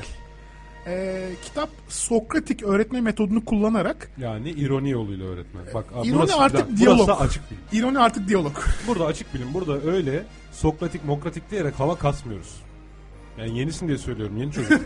E, kitap Sokratik öğretme metodunu kullanarak, yani ironi yoluyla öğretme. Bak, ironi burası, artık burası diyalog. açık bilim. İroni artık diyalog. Burada açık bilim. Burada öyle Sokratik, mokratik diyerek hava kasmıyoruz. Yani yenisin diye söylüyorum. Yeni çocuk.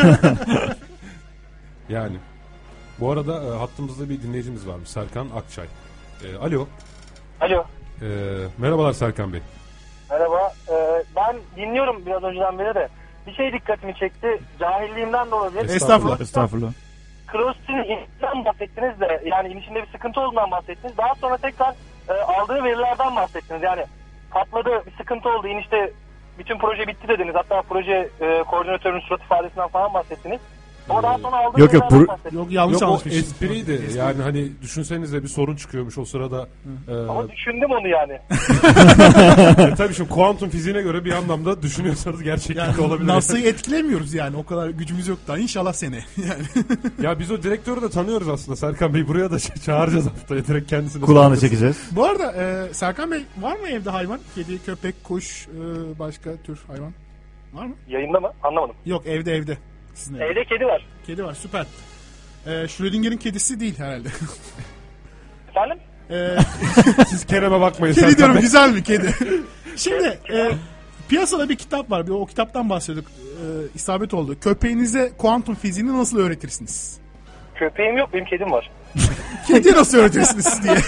Yani. Bu arada e, hattımızda bir dinleyicimiz varmış. Serkan Akçay. E, alo. Alo. E, merhabalar Serkan Bey. Merhaba. E, ben dinliyorum biraz önceden beri de. Bir şey dikkatimi çekti. Cahilliğimden de olabilir. Estağfurullah. Estağfurullah. Curiosity'nin inişinden bahsettiniz de, yani inişinde bir sıkıntı olduğundan bahsettiniz. Daha sonra tekrar e, aldığı verilerden bahsettiniz. Yani patladı, bir sıkıntı oldu, inişte bütün proje bitti dediniz. Hatta proje e, koordinatörünün surat ifadesinden falan bahsettiniz. Ama daha sonra aldığım Yok, yok, verilerden bu- bahsettim. Yok yanlış Yok o anlaşmış. espriydi. Espri. Yani hani düşünsenize bir sorun çıkıyormuş o sırada. E, Ama düşündüm onu yani. e, tabii şimdi kuantum fiziğine göre bir anlamda düşünüyorsanız gerçekten Yani de olabilir. NASA'yı etkilemiyoruz yani. O kadar gücümüz yok daha. İnşallah sene. Yani. Ya biz o direktörü de tanıyoruz aslında. Serkan Bey buraya da çağıracağız haftaya direkt kendisini. Kulağını soracağız. çekeceğiz. Bu arada e, Serkan Bey var mı evde hayvan? Kedi, köpek, kuş, e, başka tür hayvan? Var mı? Yayında mı? Anlamadım. Yok evde evde. Sizin evde. Evde kedi var. Kedi var süper. E, Schrödinger'in kedisi değil herhalde. Efendim? e, Siz Kerem'e bakmayın. kedi Serkan diyorum Bey. güzel mi kedi? Şimdi e, piyasada bir kitap var. Bir, o kitaptan bahsediyorduk. E, isabet oldu. Köpeğinize kuantum fiziğini nasıl öğretirsiniz? Köpeğim yok, benim kedim var. Kedi nasıl öğretirsiniz diye.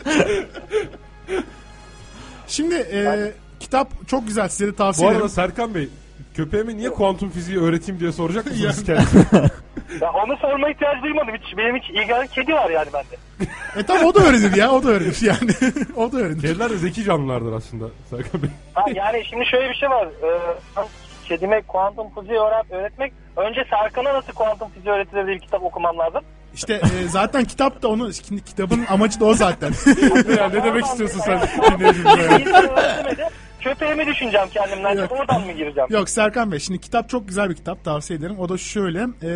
Şimdi e, kitap çok güzel, size de Bu tavsiye ederim. arada Serkan Bey köpeğime niye kuantum fiziği öğreteyim diye soracak mısınız Yani. kendisine? Ya onu sorma ihtiyacı duymadım hiç. Benim hiç ilgilenen kedi var yani bende. E tamam o da öğrenir ya, o da öğrenir yani. O da öğrenir. Kediler de zeki canlılardır aslında Serkan Bey. Ha, yani şimdi şöyle bir şey var. Ee, kedime kuantum fiziği öğret- öğretmek. Önce Serkan'a nasıl kuantum fiziği öğretilir diye bir kitap okumam lazım. İşte e, zaten kitap da onu, şimdi kitabın amacı da o zaten. Ya ne demek istiyorsun sen Kuantum dinleyicimize ya? fiziği öğretemedi. Köpeğimi düşüneceğim kendimden. Yok. Oradan mı gireceğim? Yok Serkan Bey, şimdi kitap çok güzel bir kitap, tavsiye ederim. O da şöyle, e,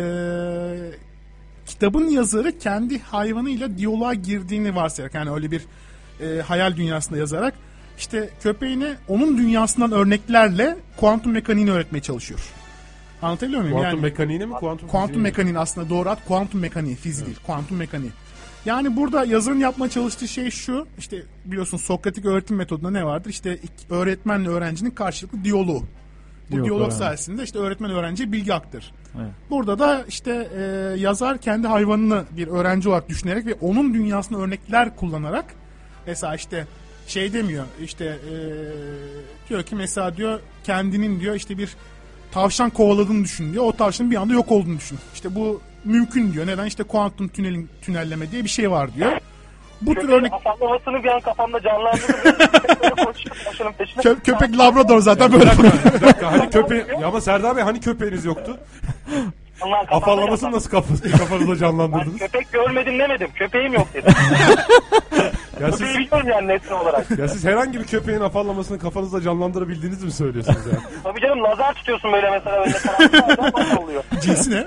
kitabın yazarı kendi hayvanıyla diyaloğa girdiğini varsayarak, yani öyle bir e, hayal dünyasında yazarak, işte köpeğine onun dünyasından örneklerle kuantum mekaniğini öğretmeye çalışıyor. Anlatabiliyor muyum? Kuantum yani, mekaniğini mi kuantum kuantum fiziği mi? mekaniğin aslında doğru ad kuantum mekaniği, fizik değil, kuantum mekaniği. Yani burada yazarın yapmaya çalıştığı şey şu, işte biliyorsun Sokratik öğretim metodunda ne vardır? İşte iki- öğretmenle öğrencinin karşılıklı diyaloğu. Bu Diyalog, diyalog evet. sayesinde işte öğretmen öğrenciye bilgi aktarır. Evet. Burada da işte e, yazar kendi hayvanını bir öğrenci olarak düşünerek ve onun dünyasına örnekler kullanarak, mesela işte şey demiyor, işte e, diyor ki mesela diyor kendinin diyor işte bir tavşan kovaladığını düşün diyor. O tavşanın bir anda yok olduğunu düşün. İşte bu mümkün diyor. Neden? İşte kuantum tünelin tünelleme diye bir şey var diyor. Bu tür Köpeğin örnek afallamasını bir an kafamda canlandırdım. Tavşanın peşine. Kö- köpek labrador zaten böyle. Bir dakika hani köpeği... Ya ama Serdar Bey hani köpeğiniz yoktu? Allah kafamda Afallamasını canlandı. nasıl kaf- kafanızda Ben canlandırdınız? köpek görmedim demedim. Köpeğim yok dedim. Ya siz, Köpeği biliyorum yani nesne olarak. ya siz herhangi bir köpeğin afallamasını kafanızda canlandırabildiğinizi mi söylüyorsunuz yani? Tabii canım lazer tutuyorsun böyle mesela önüne karanlıklardan oluyor. Cinsi ne?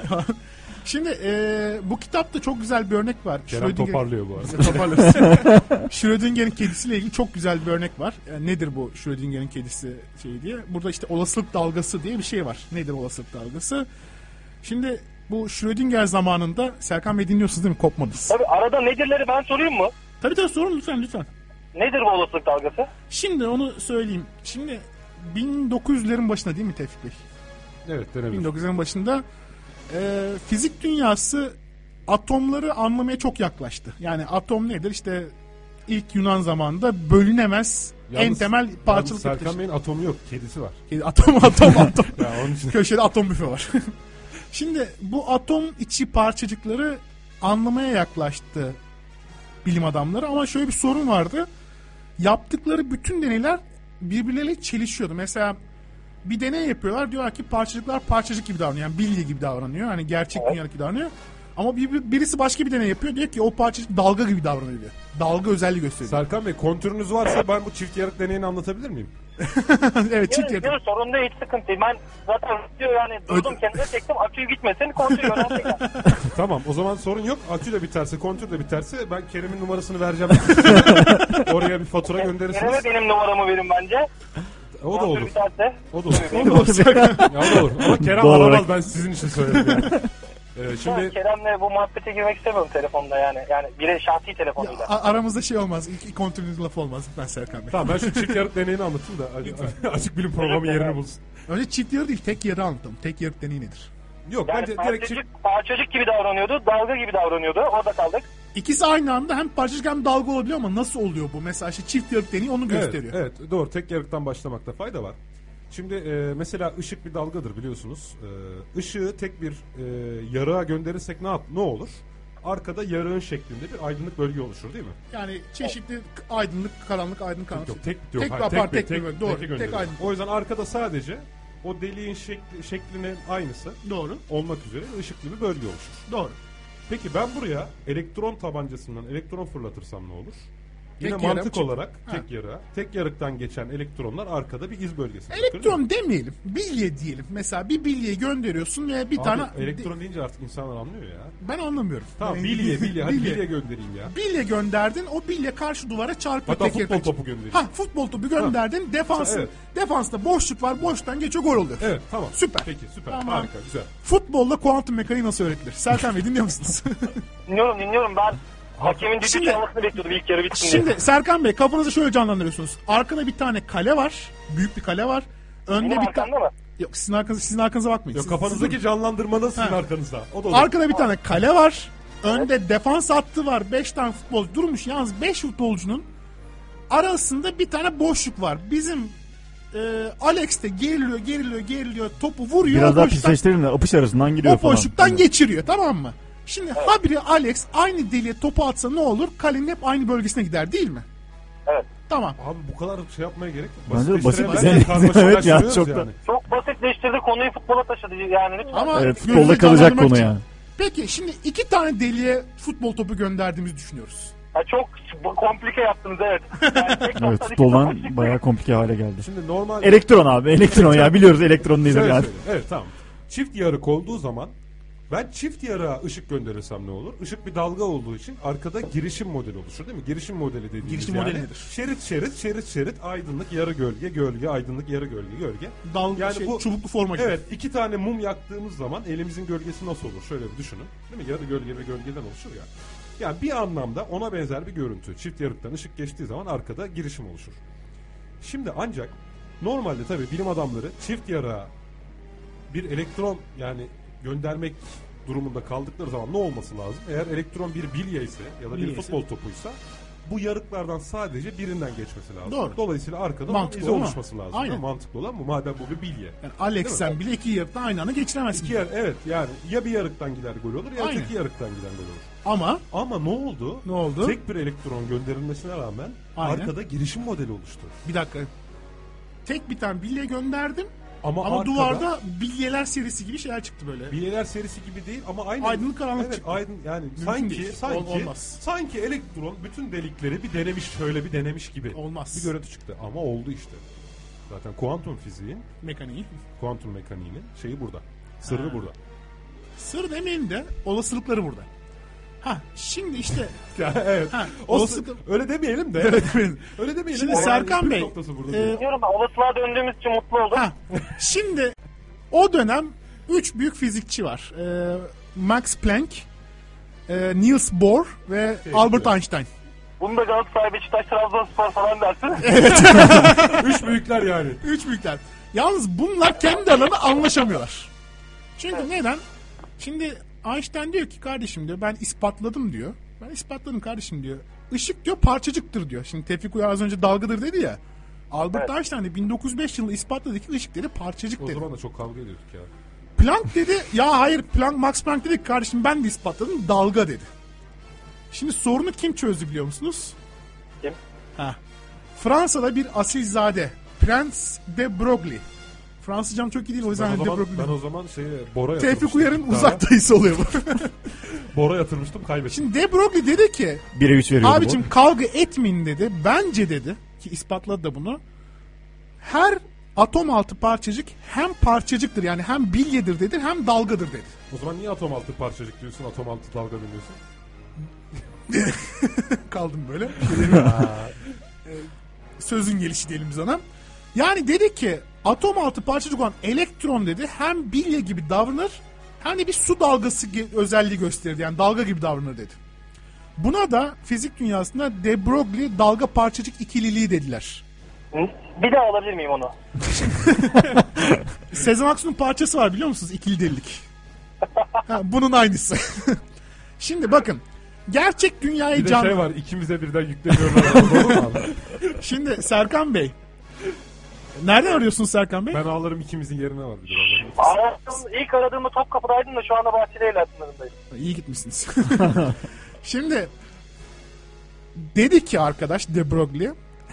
Şimdi e, bu kitapta çok güzel bir örnek var. Kerem Schrödinger- toparlıyor bu arada. Toparlarız. Schrödinger'in kedisiyle ilgili çok güzel bir örnek var. Yani nedir bu Schrödinger'in kedisi şey diye? Burada işte olasılık dalgası diye bir şey var. Nedir olasılık dalgası? Şimdi bu Schrödinger zamanında, Serkan Bey dinliyorsunuz değil mi? Kopmadınız. Tabii arada nedirleri ben sorayım mı? Tabii tabii sorun lütfen lütfen. Nedir bu olasılık dalgası? Şimdi onu söyleyeyim. Şimdi bin dokuz yüzlerin başında değil mi Tevfik Bey? Evet denebilir. bin dokuz yüzlerin başında e, fizik dünyası atomları anlamaya çok yaklaştı. Yani atom nedir? İşte ilk Yunan zamanında bölünemez en Yalnız- temel Yalnız parçalık Serkan yapıdır. Bey'in atomu yok. Kedisi var. Atom atom atom. Ya onun için... Köşede atom büfe var. Şimdi bu atom içi parçacıkları anlamaya yaklaştı bilim adamları, ama şöyle bir sorun vardı. Yaptıkları bütün deneyler birbirleriyle çelişiyordu. Mesela bir deney yapıyorlar, diyorlar ki parçacıklar parçacık gibi davranıyor. Yani bilye gibi davranıyor. Hani gerçek dünyadaki davranıyor. Ama bir, birisi başka bir deney yapıyor, diyor ki o parçacık dalga gibi davranıyor diyor. Dalga özelliği gösteriyor. Serkan Bey kontürünüz varsa ben bu çift yarık deneyini anlatabilir miyim? Evet, çift Yok, yarık. yok, sorun değil, hiç sıkıntı değil. Ben zaten diyor yani durdum kendime çektim, aküyü gitmesin, kontrol öğrendim. Tamam o zaman sorun yok. Akü de biterse, kontür de biterse ben Kerem'in numarasını vereceğim. Oraya bir fatura gönderirsiniz. Kerem'e benim numaramı verin bence. O da Kontrol olur. biterse. O da olur. O da olacak. Ya o da olur. Ama Kerem Doğal aramaz, olarak. ben sizin için söyledim yani. Ee, Şimdi... şimdi Kerem'le bu muhabbete girmek istemiyorum telefonda yani. Yani bire şahsi telefonuyla. A- aramızda şey olmaz. İlk, ilk kontrolünüz laf olmaz. Ben Serkan Bey. tamam ben şu çift yarık deneyini anlatayım da açık bilim programı yerini bulsun. Önce çift yarı değil, tek yarı anlatalım. Tek yarık deneyi nedir? Yok Yani bence direkt çift... parçacık, parçacık gibi davranıyordu, dalga gibi davranıyordu. Orada kaldık. İkisi aynı anda hem parçacık hem dalga olabiliyor, ama nasıl oluyor bu? Mesela işte çift yarık deneyi onu gösteriyor. Evet, evet doğru, tek yarıktan başlamakta fayda var. Şimdi e, mesela ışık bir dalgadır biliyorsunuz. E, ışığı tek bir e, yarığa gönderirsek ne yap ne olur? Arkada yarığın şeklinde bir aydınlık bölge oluşur değil mi? Yani çeşitli aydınlık, karanlık, aydınlık, karanlık. Yok tek yok. Tek hayır, apar, bir- tek bir- doğru, teke tek gönderilir. aydınlık. O yüzden arkada sadece o deliğin şekli, şeklinin aynısı Doğru. olmak üzere ışıklı bir bölge oluşur. Doğru. Peki ben buraya elektron tabancasından elektron fırlatırsam ne olur? Yine Tek yarık mantık çık- olarak Ha. tek yarığa, tek yarıktan geçen elektronlar arkada bir iz bölgesi bırakır, değil mi? Elektron demeyelim. Bilye diyelim. Mesela bir bilyeyi gönderiyorsun ve bir Abi, tane... elektron deyince artık insanlar anlıyor ya. Ben anlamıyorum. Tamam Ben- bilye bilye hadi bilye. bilye göndereyim ya. Bilye gönderdin, o bilye karşı duvara çarpıyor. Hatta tek futbol yerden. topu göndereyim. Ha, futbol topu gönderdin, defansın, Evet. defansta boşluk var, boşluktan geçiyor, gol oluyor. Evet tamam. Süper. Peki süper Tamam. harika güzel. Futbolda kuantum mekaniği nasıl öğretilir? Serkan Bey dinliyor musunuz? Dinliyorum dinliyorum ben. Hakemin düdük Şimdi- çalmasını bekliyordum ilk yarı bitsin diye. Şimdi Serkan Bey kafanızı şöyle canlandırıyorsunuz. Arkada bir tane kale var, büyük bir kale var. Önde Benim bir arkamda tane... mı? Yok sizin arkanıza, sizin arkanıza bakmayın. Yok Siz- kafanızdaki sizin- canlandırmanız sizin Ha. arkanızda. O da olur. Arkada bir tane kale var. Önde defans hattı var. beş tane futbolcu durmuş. Yalnız beş futbolcunun arasında bir tane boşluk var. Bizim e, Alex de geriliyor, geriliyor, geriliyor. Topu vuruyor. Biraz o daha boşluktan, pisleştirin de apış arasından gidiyor o falan. boşluktan Evet. geçiriyor, tamam mı? Şimdi habire Alex aynı deliğe topu atsa ne olur? Kalenin hep aynı bölgesine gider değil mi? Evet. Tamam. Abi bu kadar şey yapmaya gerek yok. Bence de basit Basitleştirelim, bir- karmaşalaştırıyoruz Evet ya, çok da- yani. Çok basitleştirdi, konuyu futbola taşıdı yani. Lütfen. Ama Evet, gözünü futbolda kalacak canlandırmak konu için. yani. Peki şimdi iki tane deliğe futbol topu gönderdiğimizi düşünüyoruz. Ha, çok komplike yaptınız evet. Yani tek Evet noktadan iki futboldan topa bayağı komplike hale geldi. Şimdi normal... Elektron abi elektron ya biliyoruz elektron nedir Şöyle yani. söyleyeyim. Evet tamam. Çift yarık olduğu zaman ben çift yarığa ışık gönderirsem ne olur? Işık bir dalga olduğu için arkada girişim modeli oluşur değil mi? Girişim modeli dediğimiz Girişim yani. modeli nedir? Şerit şerit şerit şerit aydınlık yarı gölge gölge aydınlık yarı gölge gölge. Dalga Yani şey, bu- çubuklu forma gibi. Evet iki tane mum yaktığımız zaman elimizin gölgesi nasıl olur? Şöyle bir düşünün. Değil mi? Yarı gölge ve gölgeden oluşur ya. Yani bir anlamda ona benzer bir görüntü. Çift yarıktan ışık geçtiği zaman arkada girişim oluşur. Şimdi ancak normalde tabii bilim adamları çift yarığa bir elektron yani göndermek durumunda kaldıkları zaman ne olması lazım? Eğer elektron bir bilye ise ya da bir Bilye ise. futbol topuysa bu yarıklardan sadece birinden geçmesi lazım. Doğru. Dolayısıyla arkada Mantıklı izi ama. oluşması lazım. Aynen. Değil mi? Mantıklı olan bu. Madem bu bir bilye. Yani Alex Değil mi? sen bile iki yarıkta aynı anda geçiremezsin. İki yer, evet yani ya bir yarıktan gider gol olur ya Aynen. öteki yarıktan giden gol olur. Ama Ama ne oldu? Ne oldu? Tek bir elektron gönderilmesine rağmen Aynen. arkada girişim modeli oluştu. bir dakika. Tek bir tane bilye gönderdim. Ama, Ama arkada duvarda bilyeler serisi gibi şeyler çıktı böyle. bilyeler serisi gibi değil ama aynı Aydınlık karanlık evet, çıktı. aydın yani Mümkün sanki değil. sanki Ol- olmaz. sanki elektron bütün delikleri bir denemiş şöyle bir denemiş gibi. Olmaz. Bir görüntü çıktı ama oldu işte. Zaten kuantum fiziğin, Mekaniği. kuantum mekaniğinin şeyi burada. Sırrı Ha. burada. Sır demeyin de olasılıkları burada. Ha şimdi işte Ya, evet. ha, O olasılık öyle demeyelim de. öyle demeyin. öyle demeyelim. Şimdi de. Serkan püf Bey, noktası burada e, değil. Diyorum ben olasılığa döndüğümüz için mutlu oldum. Ha, şimdi o dönem üç büyük fizikçi var. Ee, Max Planck, e, Niels Bohr ve Şey, Albert evet. Einstein. Bunu da Galatasaray, Beşiktaş, Trabzonspor falan dersin. Üç büyükler yani. Üç büyükler. Yalnız bunlar kendi aralarında anlaşamıyorlar. Çünkü neden? Şimdi Einstein diyor ki kardeşim diyor ben ispatladım diyor. Ben ispatladım kardeşim diyor. Işık diyor parçacıktır diyor. Şimdi Tevfik Uyar az önce dalgadır dedi ya. Albert Evet. Einstein de bin dokuz yüz beş yılında ispatladı ki ışık dedi parçacık O dedi. zaman da çok kavga ediyorduk ya. Planck dedi ya hayır Planck Max Planck dedi ki kardeşim ben de ispatladım dalga dedi. Şimdi sorunu kim çözdü biliyor musunuz? Kim? Ha. Fransa'da bir asilzade Prens de Broglie. Fransızcam çok iyi değil o Ben yüzden o de zaman, Broglie. ben o zaman şeye Bora Tevfik yatırmıştım. Uyar'ın Bir tane. uzak dayısı oluyor bu. Bora yatırmıştım kaybettim. Şimdi de Broglie dedi ki bire üç veriyordu abicim kavga etmeyin dedi. Bence dedi ki ispatladı da bunu. Her atom altı parçacık hem parçacıktır yani hem bilyedir dedi hem dalgadır dedi. O zaman niye atom altı parçacık diyorsun, atom altı dalga demiyorsun? Kaldım böyle. Ee, Sözün gelişi diyelim biz ona. Yani dedi ki atom altı parçacık olan elektron dedi hem bilye gibi davranır hem de bir su dalgası ge- özelliği gösterir. Yani dalga gibi davranır dedi. Buna da fizik dünyasında de Broglie dalga parçacık ikililiği dediler. Bir daha alabilir miyim onu? Sezen Aksu'nun parçası var biliyor musunuz? İkili delilik. Ha, bunun aynısı. Şimdi bakın. Gerçek dünyayı Bir de can... şey var, ikimize birden yükleniyorlar. Doğru mu abi? Şimdi Serkan Bey. Nereden arıyorsunuz Serkan Bey? Ben ağlarım ikimizin yerine var bir de. Aradım, ilk aradığımda Topkapı'daydım da şu anda Bahçelievler sınırındayım. İyi gitmişsiniz. Şimdi dedi ki arkadaş de Broglie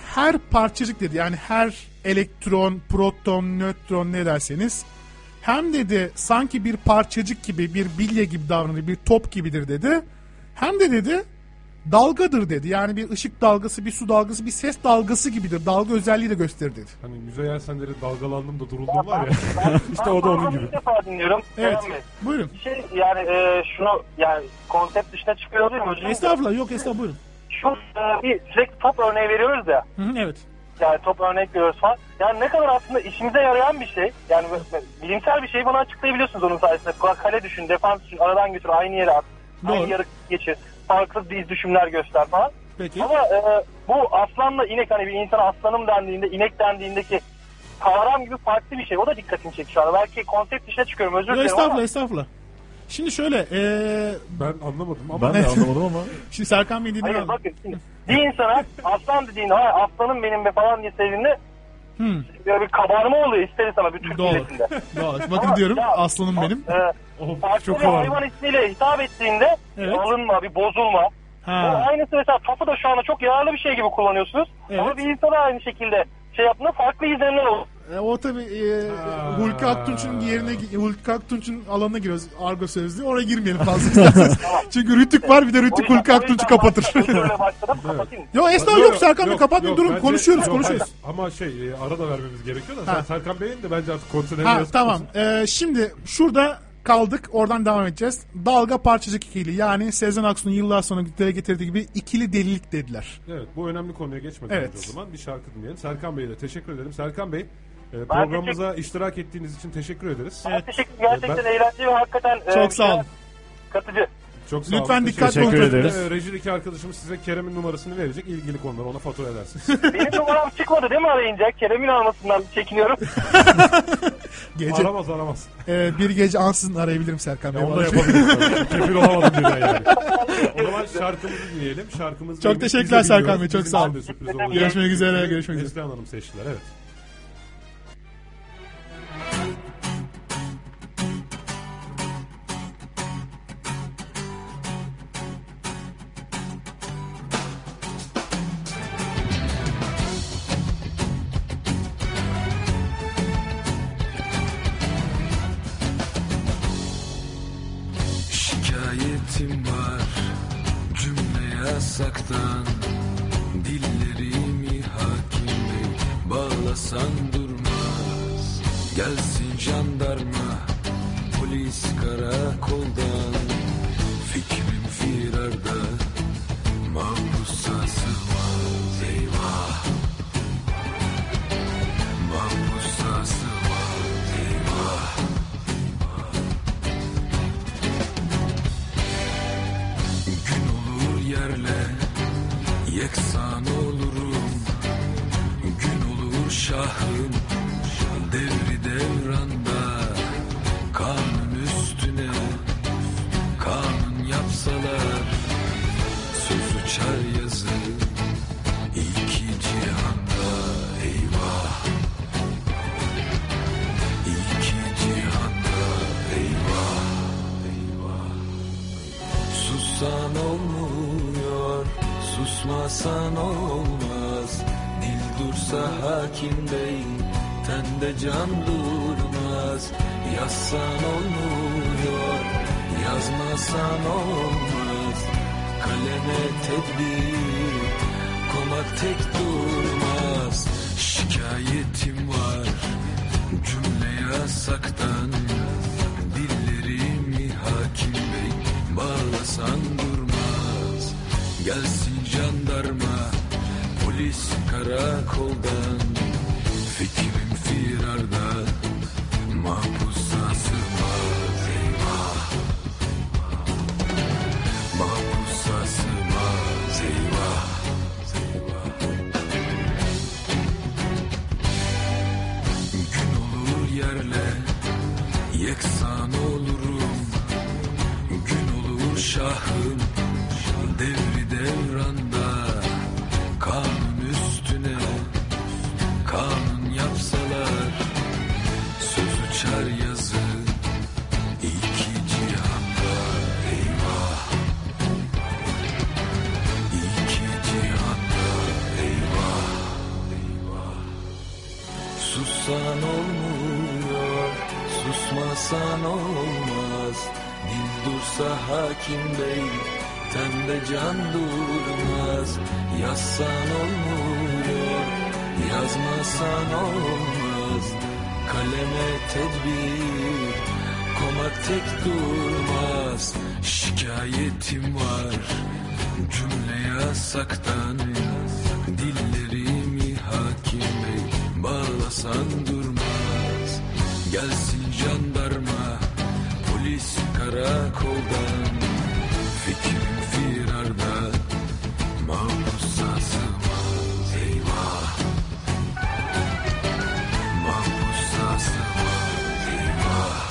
her parçacık dedi, yani her elektron, proton, nötron ne derseniz, hem dedi sanki bir parçacık gibi, bir bilye gibi davranır, bir top gibidir dedi. Hem de dedi dalgadır dedi. Yani bir ışık dalgası, bir su dalgası, bir ses dalgası gibidir. Dalga özelliği de gösterir dedi. Hani Müzeyyen Sender'in dalgalandım da duruldum var ya. İşte o da onun gibi. İlk defa dinliyorum. Evet. Kerem Bey. Buyurun. Bir şey yani e, şunu yani konsept dışına çıkıyor değil mi hocam? Estağfurullah, yok estağfurullah, buyurun. Şu e, bir sürekli top örneği veriyoruz ya. Hı hı, evet. Yani top örnek veriyoruz falan. Yani ne kadar aslında işimize yarayan bir şey. Yani bilimsel bir şeyi bana açıklayabiliyorsunuz onun sayesinde. Kale düşün, defans düşün, aradan götür, aynı yere at. Doğru. Aynı yarı geçir. Farklı diz düşümler göster falan. Peki. Ama e, bu aslanla inek, hani bir insana aslanım dendiğinde, inek dendiğindeki kavram gibi farklı bir şey. O da dikkatimi çekti şu anda. Belki konsept dışına çıkıyorum, özür Yok, dilerim estağfurullah, ama. estağfurullah. Şimdi şöyle, ee, Ben anlamadım ama. Ben de anlamadım ama. şimdi Serkan Bey Hayır dinliyorum. bakın şimdi bir insana aslan dediğinde, hayır aslanım benim be falan diye sevdiğinde Hmm. böyle bir kabarma oluyor ister istemez bir Türk Doğru. milletinde. Doğru. Bakın Ama diyorum, ya, aslanım benim. E, Oh, farklı çok bir havalı. hayvan ismiyle hitap ettiğinde Evet. alınma, bir bozulma. Bu Ha. aynısı mesela topu da şu anda çok yararlı bir şey gibi kullanıyorsunuz. Evet. Ama bir insana aynı şekilde şey yaptığında farklı izlenimler olur. E, o tabii e, Hulki Aktunç'un yerine, Hulki Aktunç'un alanına giriyoruz, argo sözlüğü. Oraya girmeyelim fazla isterseniz. Çünkü Rütük var, bir de Rütük Hulki Aktunç'u kapatır. Böyle başladım, kapatayım. Yo estağfurullah, yok Serkan Bey, kapatmayın, durun, bence- konuşuyoruz yok, konuşuyoruz. hayır. Ama şey e, ara da vermemiz gerekiyor da Ha. sen Serkan Bey'in de bence artık konserine Ha yazık tamam. olsun. Ee, şimdi şurada kaldık. Oradan devam edeceğiz. Dalga parçacık ikili. Yani Sezen Aksu'nun yıllar sonra dile getirdiği gibi ikili delilik dediler. Evet, bu önemli konuya geçmeden Evet. önce o zaman bir şarkı dinleyelim. Serkan Bey'e de teşekkür ederim. Serkan Bey, e, Ben programımıza iştirak ettiğiniz için teşekkür ederiz. Evet. Teşekkür, gerçekten Ben- eğlenceli ve hakikaten Çok sağ olun. katıcı. Çok sağ Lütfen olun. dikkatli Teşekkür olun. ederiz. E, rejideki arkadaşımız size Kerem'in numarasını verecek. İlgili konuları ona fatura edersiniz. Benim numaram çıkmadı değil mi arayınca? Kerem'in almasından çekiniyorum. Gece aramaz aramaz. e, bir gece ansızın arayabilirim Serkan Bey. Ya onu da Vallahi. yapabiliriz. Kefil olamadım birden yani. O zaman şarkımızı dinleyelim. Şarkımız Çok neymiş? teşekkürler Biz de Serkan Bey, bilmiyoruz. çok Bizim sağ için olun. de sürpriz olacak. Görüşmek üzere, görüşmek üzere. Neslihan Hanım seçtiler, evet. Şikayetim var cümle yasaktan, dillerimi hakim bey bağlasan durmaz. Gelsin jandarma polis karakoldan, fikrim firarda mahpusa sığmaz. Eyvah, mahpusa sığmaz. Eyvah. Gün olur yerle yeksan olurum, gün olur şahım devri devranda. Kanun üstüne kanun yapsalar, söz uçar yazı iki cihanda. Eyvah, iki cihanda. Eyvah, eyvah. Sussan olmuyor, susmasan olmaz. Dil dursa hakim bey, tende can durmaz. Yazsan olmuyor, yazmasan olmaz. Kaleme tedbir komak tek durmaz. Şikayetim var cümle yasaktan, dillerimi hakim bey bağlasan durmaz. Gelsin jandarma polis karakoldan, fikrim firarda mahpusa sığmaz. Eyvah, mahpusa sığmaz. Eyvah, eyvah. Gün olur yerle yeksan olurum, gün olur şahım devri devranda. Kanun üstüne kanun yapsalar, söz uçar yazı iki cihanda. Eyvah, iki cihanda. Eyvah, olmaz. Dil dursa hakim bey, tende can durmaz. Yazsan olmuyor, yazmasan olmaz. Kaleme tedbir, komak tek durmaz. Şikayetim var cümle yasaktan. Dillerimi hakim bey bağlasan durmaz. Gelsin jandarma, polis karakoldan. Fikrim firarda, mahpusa sığmaz. Eyvah, mahpusa sığmaz. Eyvah.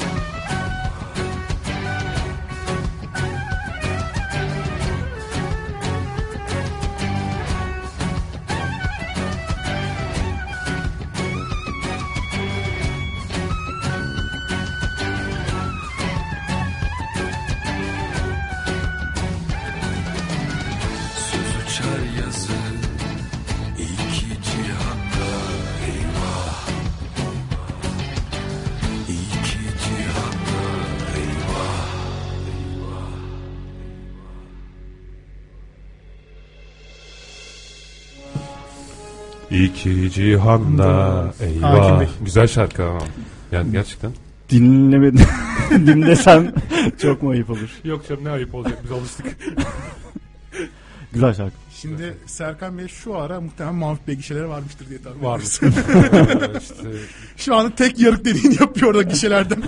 İki cihanda eyvah. Güzel şarkı ama. Yani gerçekten. Dinlemedim. Dinlesem çok mu ayıp olur? Yok canım, ne ayıp olacak, biz alıştık. Güzel şarkı. Şimdi Serkan Bey şu ara muhtemelen Mahmut Bey gişeleri varmıştır diye tahmin Var. ediyoruz. işte. Şu anda tek yarık dediğini yapıyor orada gişelerden.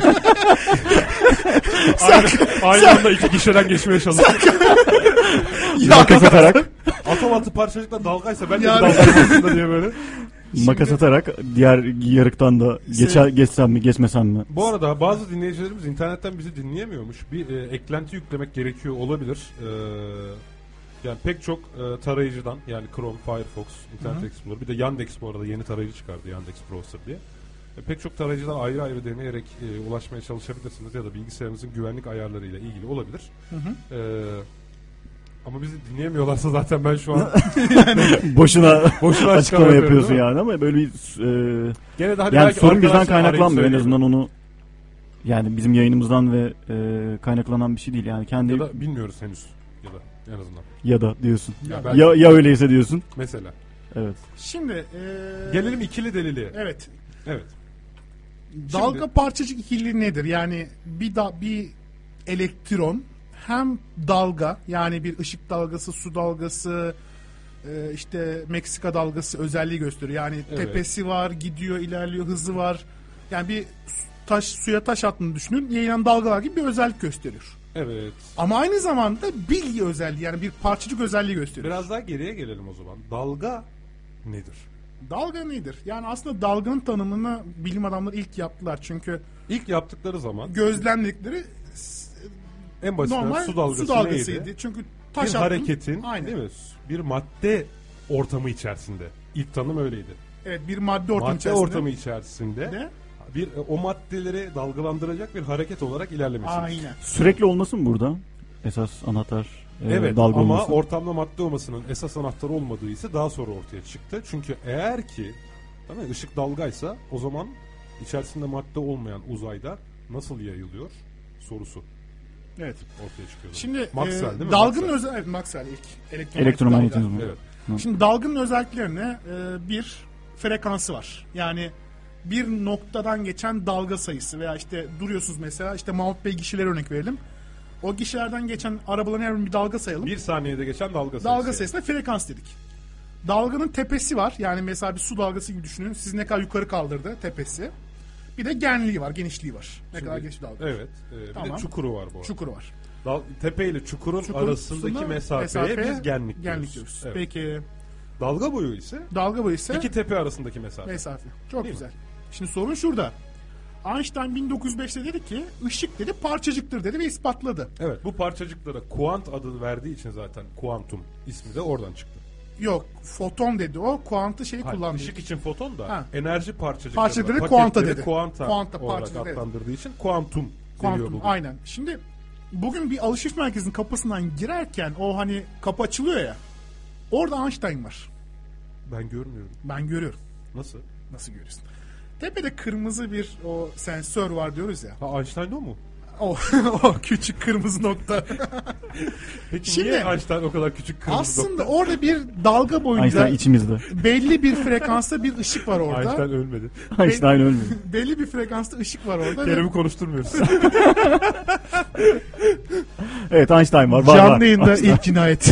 aynı, aynı anda iki gişeden geçmeye çalışıyor. Makas atarak. Atom altı parçacıkla dalgaysa ben de Yani. bir dalgayım aslında diye böyle. Makas atarak diğer yarıktan da geçer, geçsem mi geçmesem mi? Bu arada bazı dinleyicilerimiz internetten bizi dinleyemiyormuş. Bir e, eklenti yüklemek gerekiyor olabilir. E, yani pek çok e, tarayıcıdan, yani Chrome, Firefox, Internet Explorer, bir de Yandex bu arada yeni tarayıcı çıkardı, Yandex Browser diye. E, pek çok tarayıcıdan ayrı ayrı deneyerek e, ulaşmaya çalışabilirsiniz ya da bilgisayarınızın güvenlik ayarlarıyla ilgili olabilir. Hı hı. E, ama bizi dinleyemiyorlarsa zaten ben şu an boşuna boşuna açıklama yapıyorsun yani, ama böyle bir e, gene de hani yani sorun bizden arkadaşlar kaynaklanmıyor en arayıp azından, onu yani bizim yayınımızdan ve e, kaynaklanan bir şey değil yani, kendi ya da bilmiyoruz henüz ya da en azından. Ya da diyorsun. Ya, ben... ya, ya öyleyse diyorsun. Mesela. Evet. Şimdi ee... gelelim ikili deliliğe. Evet. Evet. Dalga Şimdi... parçacık ikili nedir? Yani bir da bir elektron hem dalga, yani bir ışık dalgası, su dalgası, e, işte Meksika dalgası özelliği gösteriyor. Yani evet. Tepesi var, gidiyor, ilerliyor, hızı var. Yani bir taş, suya taş attığını düşünün. Yayılan dalgalar gibi bir özellik gösteriyor. Evet. Ama aynı zamanda bilgi özelliği, yani bir parçacık özelliği gösteriyor. Biraz daha geriye gelelim o zaman. Dalga nedir? Dalga nedir? Yani aslında dalganın tanımını bilim adamları ilk yaptılar. Çünkü ilk yaptıkları zaman gözlemledikleri en basitinden normal su dalgası su dalgasıydı. neydi? Çünkü taş bir attın, hareketin, aynen. değil mi? Bir madde ortamı içerisinde. İlk tanım öyleydi. Evet, bir madde ortamı madde içerisinde. ortamı içerisinde. De? Bir o maddeleri dalgalandıracak bir hareket olarak ilerlemesi. Aynen. Sürekli olmasın burada esas anahtar e, evet, dalga ama olması. ortamda madde olmasının esas anahtarı olmadığı ise daha sonra ortaya çıktı. Çünkü eğer ki değil mi, ışık dalgaysa o zaman içerisinde madde olmayan uzayda nasıl yayılıyor sorusu. Evet. Ortaya çıkıyor. Şimdi Maxwell, e, değil mi? dalgının özel evet, Maxwell ilk elektromanyetik, elektromanyetik evet. Hı. Şimdi dalgının özelliklerine e, bir frekansı var. Yani bir noktadan geçen dalga sayısı veya işte duruyorsunuz mesela, işte Mahmut Bey gişeleri örnek verelim. O gişelerden geçen arabaların her bir dalga sayalım. Bir saniyede geçen dalga sayısı. Dalga sayısına frekans dedik. Dalganın tepesi var. Yani mesela bir su dalgası gibi düşünün. Sizi ne kadar yukarı kaldırdı tepesi. Bir de genliği var, genişliği var. Ne Şimdi, kadar geniş dalga. Evet. E, bir tamam. de çukuru var bu arada. Çukuru var. Dal, tepe ile çukurun Çukurun arasındaki mesafeye mesafe, biz genlik, genlik diyoruz. diyoruz. Evet. Peki. Dalga boyu ise? Dalga boyu ise? İki tepe arasındaki mesafe. Mesafe. Çok değil güzel. Mi? Şimdi sorun şurada. Einstein bin dokuz yüz beşte dedi ki ışık dedi parçacıktır dedi ve ispatladı. Evet, bu parçacıklara kuant adını verdiği için zaten kuantum ismi de oradan çıktı. Yok, foton dedi o, kuantı şeyi Hayır, kullandı. Işık için foton da ha. enerji parçacıkları. Parçacıkları kuanta dedi. Kuanta, kuanta olarak adlandırdığı için kuantum deniyor bugün. Aynen. Şimdi bugün bir alışveriş merkezinin kapısından girerken o hani kapı açılıyor ya. Orada Einstein var. Ben görmüyorum. Ben görüyorum. Nasıl? Nasıl görüyorsun? Tepede kırmızı bir o sensör var diyoruz ya. Ha, Einstein o mu? O, o küçük kırmızı nokta. Peki Şimdi- niye Einstein o kadar küçük kırmızı Aslında nokta? orada bir dalga boyunca Einstein içimizde. belli bir frekansta bir ışık var orada. Einstein ölmedi. Einstein ölmüyor. Belli bir frekansta ışık var orada. ve Kerem'i konuşturmuyoruz. Evet Einstein var. var Canlı var. yayında Einstein. ilk cinayet.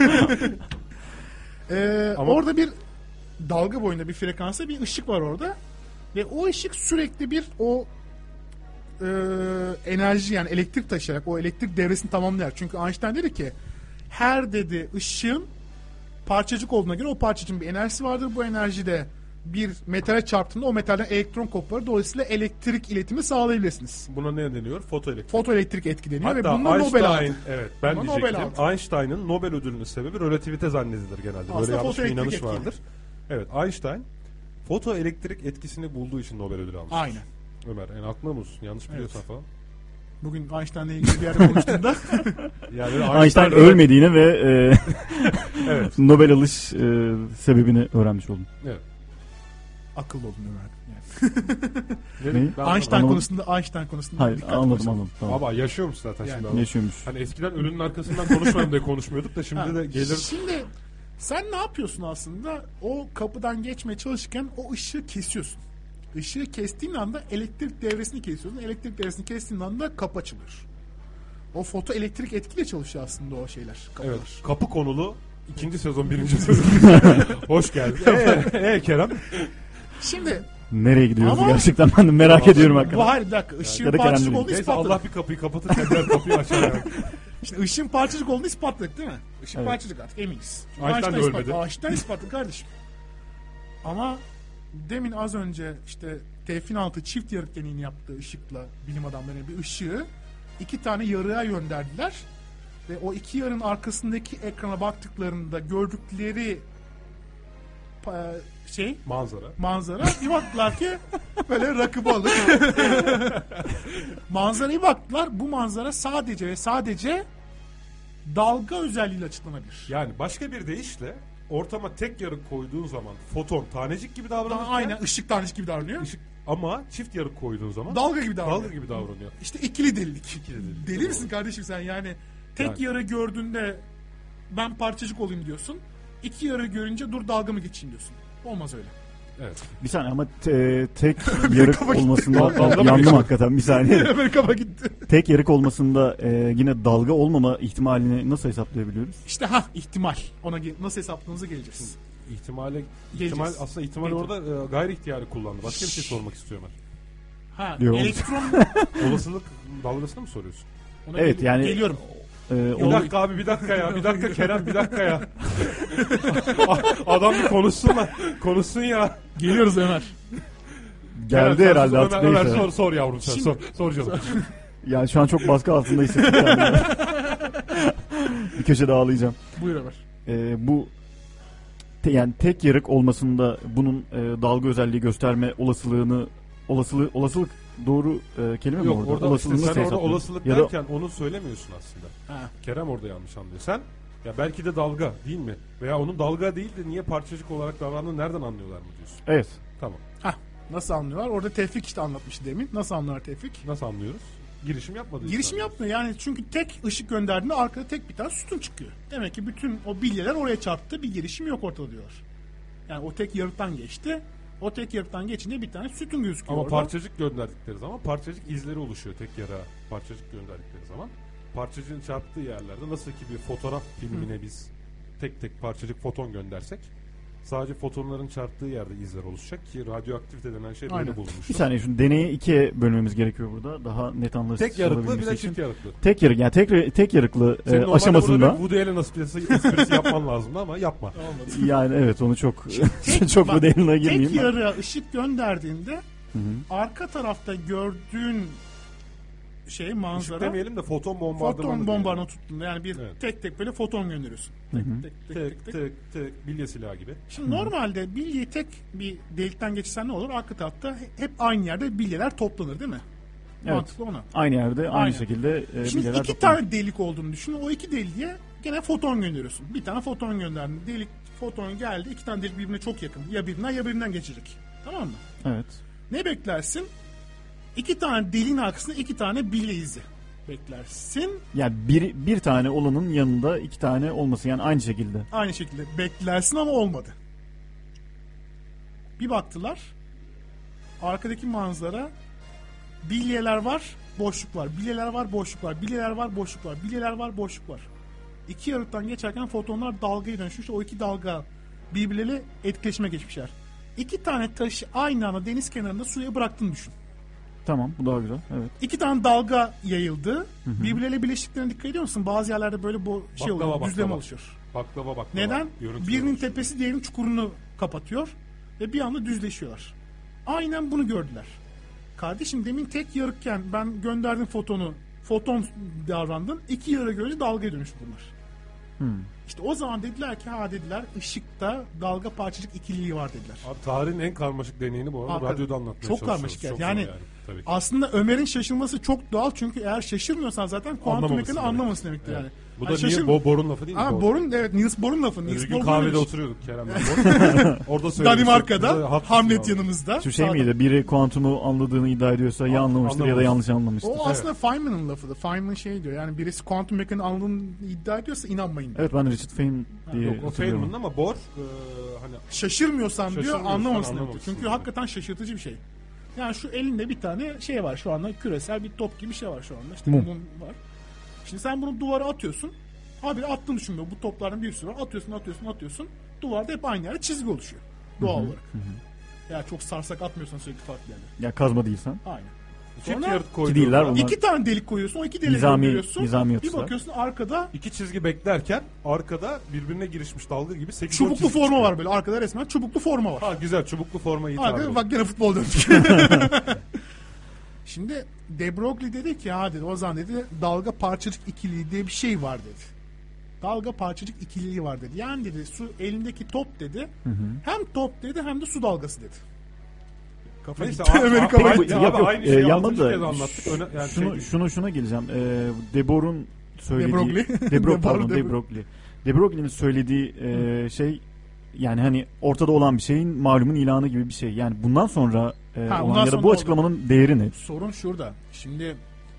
Ee, Ama- Orada bir dalga boyunda bir frekansta bir ışık var orada. Ve o ışık sürekli bir o e, enerji yani elektrik taşıyarak o elektrik devresini tamamlayarak. Çünkü Einstein dedi ki her dedi ışığın parçacık olduğuna göre o parçacığın bir enerjisi vardır. Bu enerji de bir metale çarptığında o metalden elektron koparır. Dolayısıyla elektrik iletimi sağlayabilirsiniz. Buna ne deniyor? Fotoelektrik. Fotoelektrik etki deniyor ve Hatta bununla Nobel aldı. Einstein, evet ben Buna Nobel diyecektim. aldı. Einstein'ın Nobel ödülünün sebebi relativite zannedilir genelde. Aslında Böyle yanlış bir fotoelektrik inanış etki. vardır. Evet Einstein fotoelektrik etkisini bulduğu için Nobel ödülü almış. Aynen. Ömer en aklına mısın? Yanlış biliyorsan falan. Bugün Einstein'la ilgili bir yerde konuştuğunda Yani böyle Einstein öyle- ölmediğini ve e, Evet. Nobel alış e, sebebini öğrenmiş oldum. Evet. akıllı oldum Ömer. Yani. Ne- Ne? ben Einstein anlamadım. konusunda Einstein konusunda Hayır dikkat anladım edersen. anladım. Tamam. Ama yaşıyormuş zaten Yani. şimdi. Ama. Yaşıyormuş. Hani eskiden ölünün arkasından konuşmayalım diye konuşmuyorduk da şimdi Ha, de gelir. Şimdi sen ne yapıyorsun aslında? O kapıdan geçmeye çalışırken o ışığı kesiyorsun. Işığı kestiğin anda elektrik devresini kesiyorsun. Elektrik devresini kestiğin anda kapı açılıyor. O fotoelektrik etkiyle çalışıyor aslında o şeyler. Kapılar. Evet. Kapı konulu ikinci sezon birinci sezon. Hoş geldin. Eee ee, Kerem. Şimdi Nereye gidiyoruz Ama- gerçekten ben de merak ediyorum bu hakikaten. hayır bir dakika. Işığın Ya da Kerem parçacık değil. olduğunu Neyse ispatladık. Allah bir kapıyı kapatır tekrar kapıyı açar yani. İşte ışığın parçacık olduğunu ispatladık değil mi? Işık Evet. parçacık artık eminiz. Einstein de ispat- ölmedi. Einstein ispatladı kardeşim. Ama demin az önce işte Tevfin altı çift yarık deneyini yaptığı ışıkla bilim adamları bir ışığı iki tane yarığa gönderdiler. Ve o iki yarın arkasındaki ekrana baktıklarında gördükleri pa- şey Manzara. manzara bir baktılar ki böyle rakı balık. Manzaraya baktılar. Bu manzara sadece ve sadece dalga özelliğiyle açıklanabilir. Yani başka bir deyişle ortama tek yarık koyduğun zaman foton tanecik gibi davranırken Aynen ışık tanecik gibi davranıyor. ışık, ama çift yarık koyduğun zaman Dalga gibi davranıyor. dalga gibi davranıyor. İşte ikili delilik. İkili delilik. Deli misin kardeşim sen yani? Tek Yani. yarı gördüğünde ben parçacık olayım diyorsun. İki yarı görünce dur dalga mı geçeyim diyorsun. Olmaz öyle. Evet. Bir saniye ama te- tek yarık kafa gitti. olmasında Dalga mı yandım geçti? hakikaten bir saniye. Hemen kafa gitti. Tek yarık olmasında e, yine dalga olmama ihtimalini nasıl hesaplayabiliyoruz? İşte ha ihtimal. Ona ge- nasıl hesapladığınıza geleceğiz. İhtimale, Geleceğiz. ihtimal, aslında ihtimal Geleceğiz. orada e, gayri ihtiyari kullandı. Başka bir şey sormak istiyorum Ha Yok. elektron ben. Olasılık dalgasını mı soruyorsun? ona Evet, gel- yani- geliyorum. E, Bir onu- dakika abi bir dakika ya. Bir dakika Kerem bir dakika ya. Adam bir konuşsun lan. Konuşsun ya. Geliyoruz Ömer. geldi Kerem, sen herhalde sus, artık Ömer, Ömer neyse. sor, sor yavrum sen Şimdi- sor. Sor canım. Yani şu an çok baskı altında hissettim kendimi. Bir köşede ağlayacağım. Buyur Ömer. E, bu te- yani tek yarık olmasında bunun e, dalga özelliği gösterme olasılığını olasılığı olasılık doğru e, kelime mi Yok orada? orada Olasılığını işte nasıl sen orada hesaplıyorsun? olasılık Ya da- derken onu söylemiyorsun aslında. Ha. Kerem orada yanlış anlıyor. Sen ya belki de dalga değil mi? Veya onun dalga değil de niye parçacık olarak davrandığını nereden anlıyorlar mı diyorsun? Evet. Tamam. Ha. Nasıl anlıyorlar? Orada Tevfik işte anlatmıştı demin. Nasıl anlıyorlar Tevfik? Nasıl anlıyoruz? Girişim yapmadığı için Girişim anlıyoruz. yapmıyor yani çünkü tek ışık gönderdiğinde arkada tek bir tane sütun çıkıyor. Demek ki bütün o bilyeler oraya çarptı, bir girişim yok ortada diyorlar. Yani o tek yarıktan geçti. O tek yarıktan geçince bir tane sütun gözüküyor Ama orada. parçacık gönderdikleri zaman parçacık izleri oluşuyor tek yara parçacık gönderdikleri zaman. Parçacığın çarptığı yerlerde nasıl ki bir fotoğraf filmine biz tek tek parçacık foton göndersek sadece fotonların çarptığı yerde izler oluşacak ki radyoaktivite denen şey böyle Aynen. bulunmuş. Bir saniye şu deneyi ikiye bölmemiz gerekiyor burada. Daha net anlaşılması Tek yarıklı bir de olabilmesi için. çift yarıklı. Tek yarık yani tek tek yarıklı e, Senin normalde aşamasında burada bir Woody Allen esprisi, esprisi yapman lazımdı ama yapma. Olmadı. yani evet onu çok Tek- çok bak, bu derinliğe girmeyeyim. Tek ben. yarığa ışık gönderdiğinde Hı hı. arka tarafta gördüğün şey Işık manzara demeyelim de foton bombardımanı. foton diyelim. bombardımanı tuttuğunda yani bir Evet. tek tek böyle foton gönderiyorsun. Tek Hı hı. tek tek tek Tık tek. tık tık bilye silahı gibi. Şimdi normalde bilyeyi tek bir delikten geçirsen ne olur? Arka tarafta hep aynı yerde bilyeler toplanır değil mi? Evet. Mantıklı ona. Aynı yerde aynı Aynen. şekilde e, Şimdi bilyeler iki toplanıyor. tane delik olduğunu düşün. O iki deliğe gene foton gönderiyorsun. Bir tane foton gönderdin. Delik foton geldi. İki tane delik birbirine çok yakın. Ya birinden ya birinden geçecek. Tamam mı? Evet. Ne beklersin? İki tane deliğin arkasında iki tane bilye izi beklersin. Yani bir, bir tane olanın yanında iki tane olması, yani aynı şekilde. Aynı şekilde beklersin ama olmadı. Bir baktılar. Arkadaki manzara, bilyeler var, boşluk var. Bilyeler var, boşluk var. Bilyeler var, boşluk var. Bilyeler var, boşluk var. İki yarıktan geçerken fotonlar dalgaya dönüşmüş. O iki dalga birbirleriyle etkileşime geçmişler. İki tane taşı aynı anda deniz kenarında suya bıraktığını düşün. Tamam, bu daha güzel. Evet. İki tane dalga yayıldı. Hı hı. Birbirleriyle birleştiklerine dikkat ediyor musun? Bazı yerlerde böyle bu şey baklava, oluyor, düzlem baklava. oluşuyor. Baklava baklava. Neden? Görüntü Birinin oluşuyor. tepesi diğerinin çukurunu kapatıyor ve bir anda düzleşiyorlar. Aynen bunu gördüler. Kardeşim demin tek yarıkken ben gönderdim fotonu, foton davrandın. İki yarı görünce dalgaya dönüştü bunlar. Hmm. İşte o zaman dediler ki ha dediler ışıkta dalga parçacık ikiliği var dediler. Abi tarihin en karmaşık deneyini bu arada Hakikaten. radyoda anlatmaya Çok çalışıyoruz. karmaşık Çok yani. zor tabii ki. Aslında Ömer'in şaşırması çok doğal çünkü eğer şaşırmıyorsan zaten kuantum Anlamamışsın mekaniği demek. anlamasın demektir Evet. yani. Bu da Yani niye şaşır- Bo Bor'un lafı değil mi? Ha, Bor. Bor'un evet Niels Bohr'un lafı. Niels Bir gün Bohr kahvede böyle bir- oturuyorduk Kerem'le. Bor. Orada söylemiştik. Danimarka'da Haklısın Hamlet abi. yanımızda. Şu şey Sağda. miydi? Biri kuantumu anladığını iddia ediyorsa ya An- anlamıştır ya da anlamamış. yanlış anlamıştır. O aslında Feynman'ın lafıdır. Feynman şey diyor yani birisi kuantum mekaniğini anladığını iddia ediyorsa inanmayın diyor. Evet, ben Richard Feynman diye Yok o hatırlıyorum. Feynman'ın ama Bor e, hani Şaşırmıyorsan diyor Şaşırmıyorsan anlamasın anlamasın demektir. Çünkü diyor. hakikaten şaşırtıcı bir şey. Yani şu elinde bir tane şey var şu anda küresel bir top gibi bir şey var şu anda. İşte Mum. mum var. Şimdi sen bunu duvara atıyorsun. Abi attığını düşün böyle bu topların bir sürü var. Atıyorsun atıyorsun atıyorsun. Duvarda hep aynı yerde çizgi oluşuyor. Doğal olarak. Ya çok sarsak atmıyorsan sürekli farklı yerlere. Ya kazma değilsen. Aynen. çift Sonra yarık koyduğunda değiller onlar. iki tane delik koyuyorsun. O iki deliği Nizami- gönderiyorsun. nizami Bir atışlar. bakıyorsun arkada iki çizgi beklerken arkada birbirine girişmiş dalga gibi sekiz çubuklu forma var böyle. Arkada resmen çubuklu forma var. Ha güzel çubuklu forma iyi Arkada tabir. bak gene futbol döndük. Şimdi De Broglie dedi ki ya dedi o zaman dedi dalga parçacık ikiliği diye bir şey var dedi. Dalga parçacık ikiliği var dedi. Yani dedi su elindeki top dedi. Hem top dedi hem de su dalgası dedi. Kafa Neyse, gitti a- a- Amerika a- bak. Yok, ya yok, abi yok. aynı Ee, şeyi yanmadı altıncı da kez anlattık. Öne, yani şunu, şey- şunu şuna geleceğim. Ee, De Boer'un söylediği De Broglie. De Broglie, De pardon, Broglie. De Broglie. De Broglie'nin söylediği e, şey yani hani ortada olan bir şeyin malumun ilanı gibi bir şey. Yani bundan sonra e, Ha, olan bundan ya da sonra bu oldu. açıklamanın değeri ne? Sorun şurada. Şimdi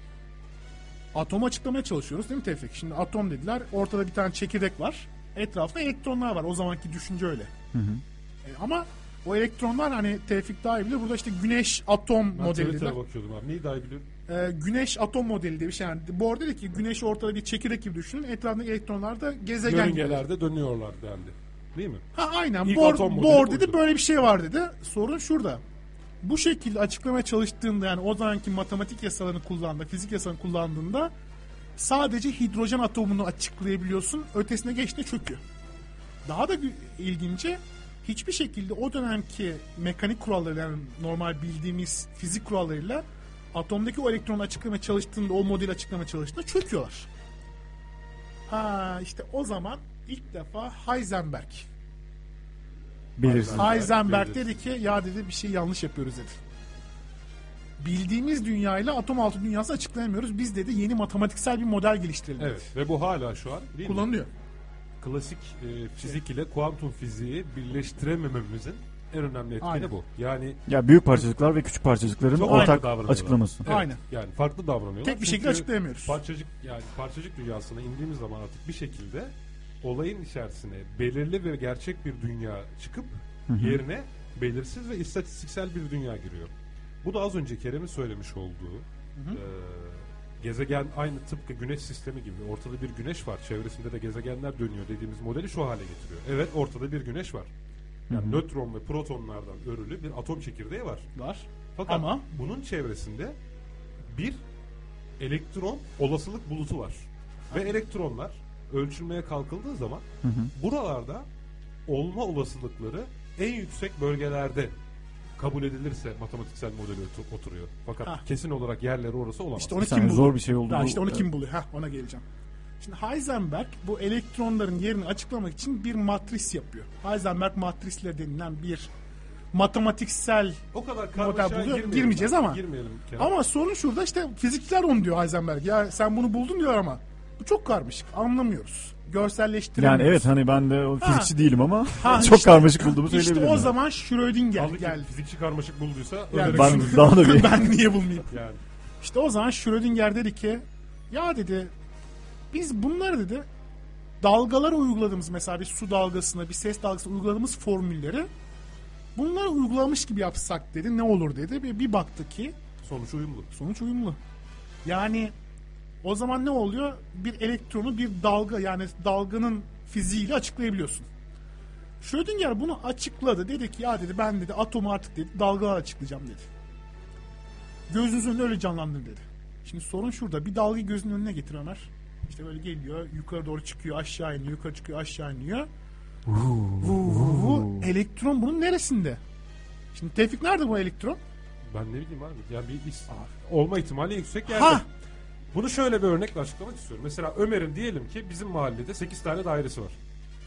atomu açıklamaya çalışıyoruz değil mi Tevfik? Şimdi atom dediler. Ortada bir tane çekirdek var. Etrafında elektronlar var. O zamanki düşünce öyle. Hı hı. E, ama o elektronlar hani Tevfik daha iyi bilir. Burada işte güneş atom Ben modeli. Twitter'a bakıyordum abi. Neyi daha iyi biliyorum? E, güneş atom modeli diye bir şey. Yani Bohr dedi ki güneş ortada bir çekirdek gibi düşünün. Etrafındaki elektronlar da gezegen gibi. Yörüngelerde dönüyorlar dendi. Değil mi? Ha aynen. İlk Bohr, atom modeli Bohr buydu. dedi böyle bir şey var dedi. Sorun şurada. Bu şekilde açıklamaya çalıştığında yani o zamanki matematik yasalarını kullandığında, fizik yasalarını kullandığında sadece hidrojen atomunu açıklayabiliyorsun. Ötesine geçtiğinde çöküyor. Daha da gü- ilginci hiçbir şekilde o dönemki mekanik kuralları yani normal bildiğimiz fizik kurallarıyla atomdaki o elektronu açıklamaya çalıştığında o modeli açıklamaya çalıştığında çöküyorlar. Ha işte o zaman ilk defa Heisenberg Belirsiz. Heisenberg belirsiz. dedi ki ya dedi bir şey yanlış yapıyoruz dedi. Bildiğimiz dünyayla atom altı dünyası açıklayamıyoruz. Biz dedi yeni matematiksel bir model geliştirelim dedi. Evet ve bu hala şu an değil mi? Kullanılıyor. Klasik e, fizik ile kuantum fiziği birleştiremememizin en önemli etkeni Aynen. bu. Yani Ya büyük parçacıklar ve küçük parçacıkların Çok ortak aynı davranıyorlar. açıklaması. evet, Aynen. yani farklı davranıyorlar. Tek bir şekilde Çünkü açıklayamıyoruz. Parçacık yani parçacık dünyasına indiğimiz zaman artık bir şekilde olayın içerisine belirli ve gerçek bir dünya çıkıp yerine belirsiz ve istatistiksel bir dünya giriyor. Bu da az önce Kerem'in söylemiş olduğu e, gezegen aynı tıpkı güneş sistemi gibi ortada bir güneş var, çevresinde de gezegenler dönüyor dediğimiz modeli şu hale getiriyor. Evet, ortada bir güneş var. Yani nötron ve protonlardan örülü bir atom çekirdeği var. Var. Fakat Ama- bunun çevresinde bir elektron olasılık bulutu var. Ve elektronlar ölçülmeye kalkıldığı zaman buralarda olma olasılıkları en yüksek bölgelerde kabul edilirse matematiksel modeli otur- oturuyor. Fakat Ha. kesin olarak yerleri orası olamaz. İşte onu Bir kim saniye, buluyor? zor bir şey oldu Ha, bu. işte onu Evet. kim buluyor? Heh, ona geleceğim. Şimdi Heisenberg bu elektronların yerini açıklamak için bir matris yapıyor. Heisenberg matrisleri denilen bir matematiksel o kadar model karmaşaya buluyor. girmeyelim. Girmeyeceğiz ama. Girmeyelim Kerem. Ama sorun şurada işte fizikçiler onu diyor Heisenberg. Ya sen bunu buldun diyor ama Bu çok karmaşık. Anlamıyoruz. Görselleştiremiyoruz. Yani evet hani ben de o Ha. fizikçi değilim ama Ha, çok işte- karmaşık bulduğumu İşte söyleyebilirim. o yani. zaman Schrödinger Kaldı ki geldi. fizikçi karmaşık bulduysa Yani Ömer'e Ben düşünün. daha da bir Ben niye bulmayayım? yani. İşte o zaman Schrödinger dedi ki ya dedi biz bunları dedi dalgalara uyguladığımız mesela bir su dalgasına bir ses dalgasına uyguladığımız formülleri bunları uygulamış gibi yapsak dedi ne olur dedi. Bir, bir baktı ki Sonuç uyumlu. sonuç uyumlu. Yani o zaman ne oluyor? Bir elektronu bir dalga yani dalganın fiziğiyle açıklayabiliyorsun. Schrödinger bunu açıkladı. Dedi ki ya dedi ben dedi atomu artık dedi dalgalar açıklayacağım dedi. Gözünüzün önünde öyle canlandırın dedi. Şimdi sorun şurada. Bir dalgayı gözünün önüne getir Ömer. İşte böyle geliyor. Yukarı doğru çıkıyor. Aşağı iniyor. Yukarı çıkıyor. Aşağı iniyor. Bu elektron bunun neresinde? Şimdi Tevfik nerede bu elektron? Ben ne bileyim abi. Yani bir is- olma ihtimali yüksek yerde. Ha! Bunu şöyle bir örnekle açıklamak istiyorum. Mesela Ömer'in diyelim ki bizim mahallede sekiz tane dairesi var.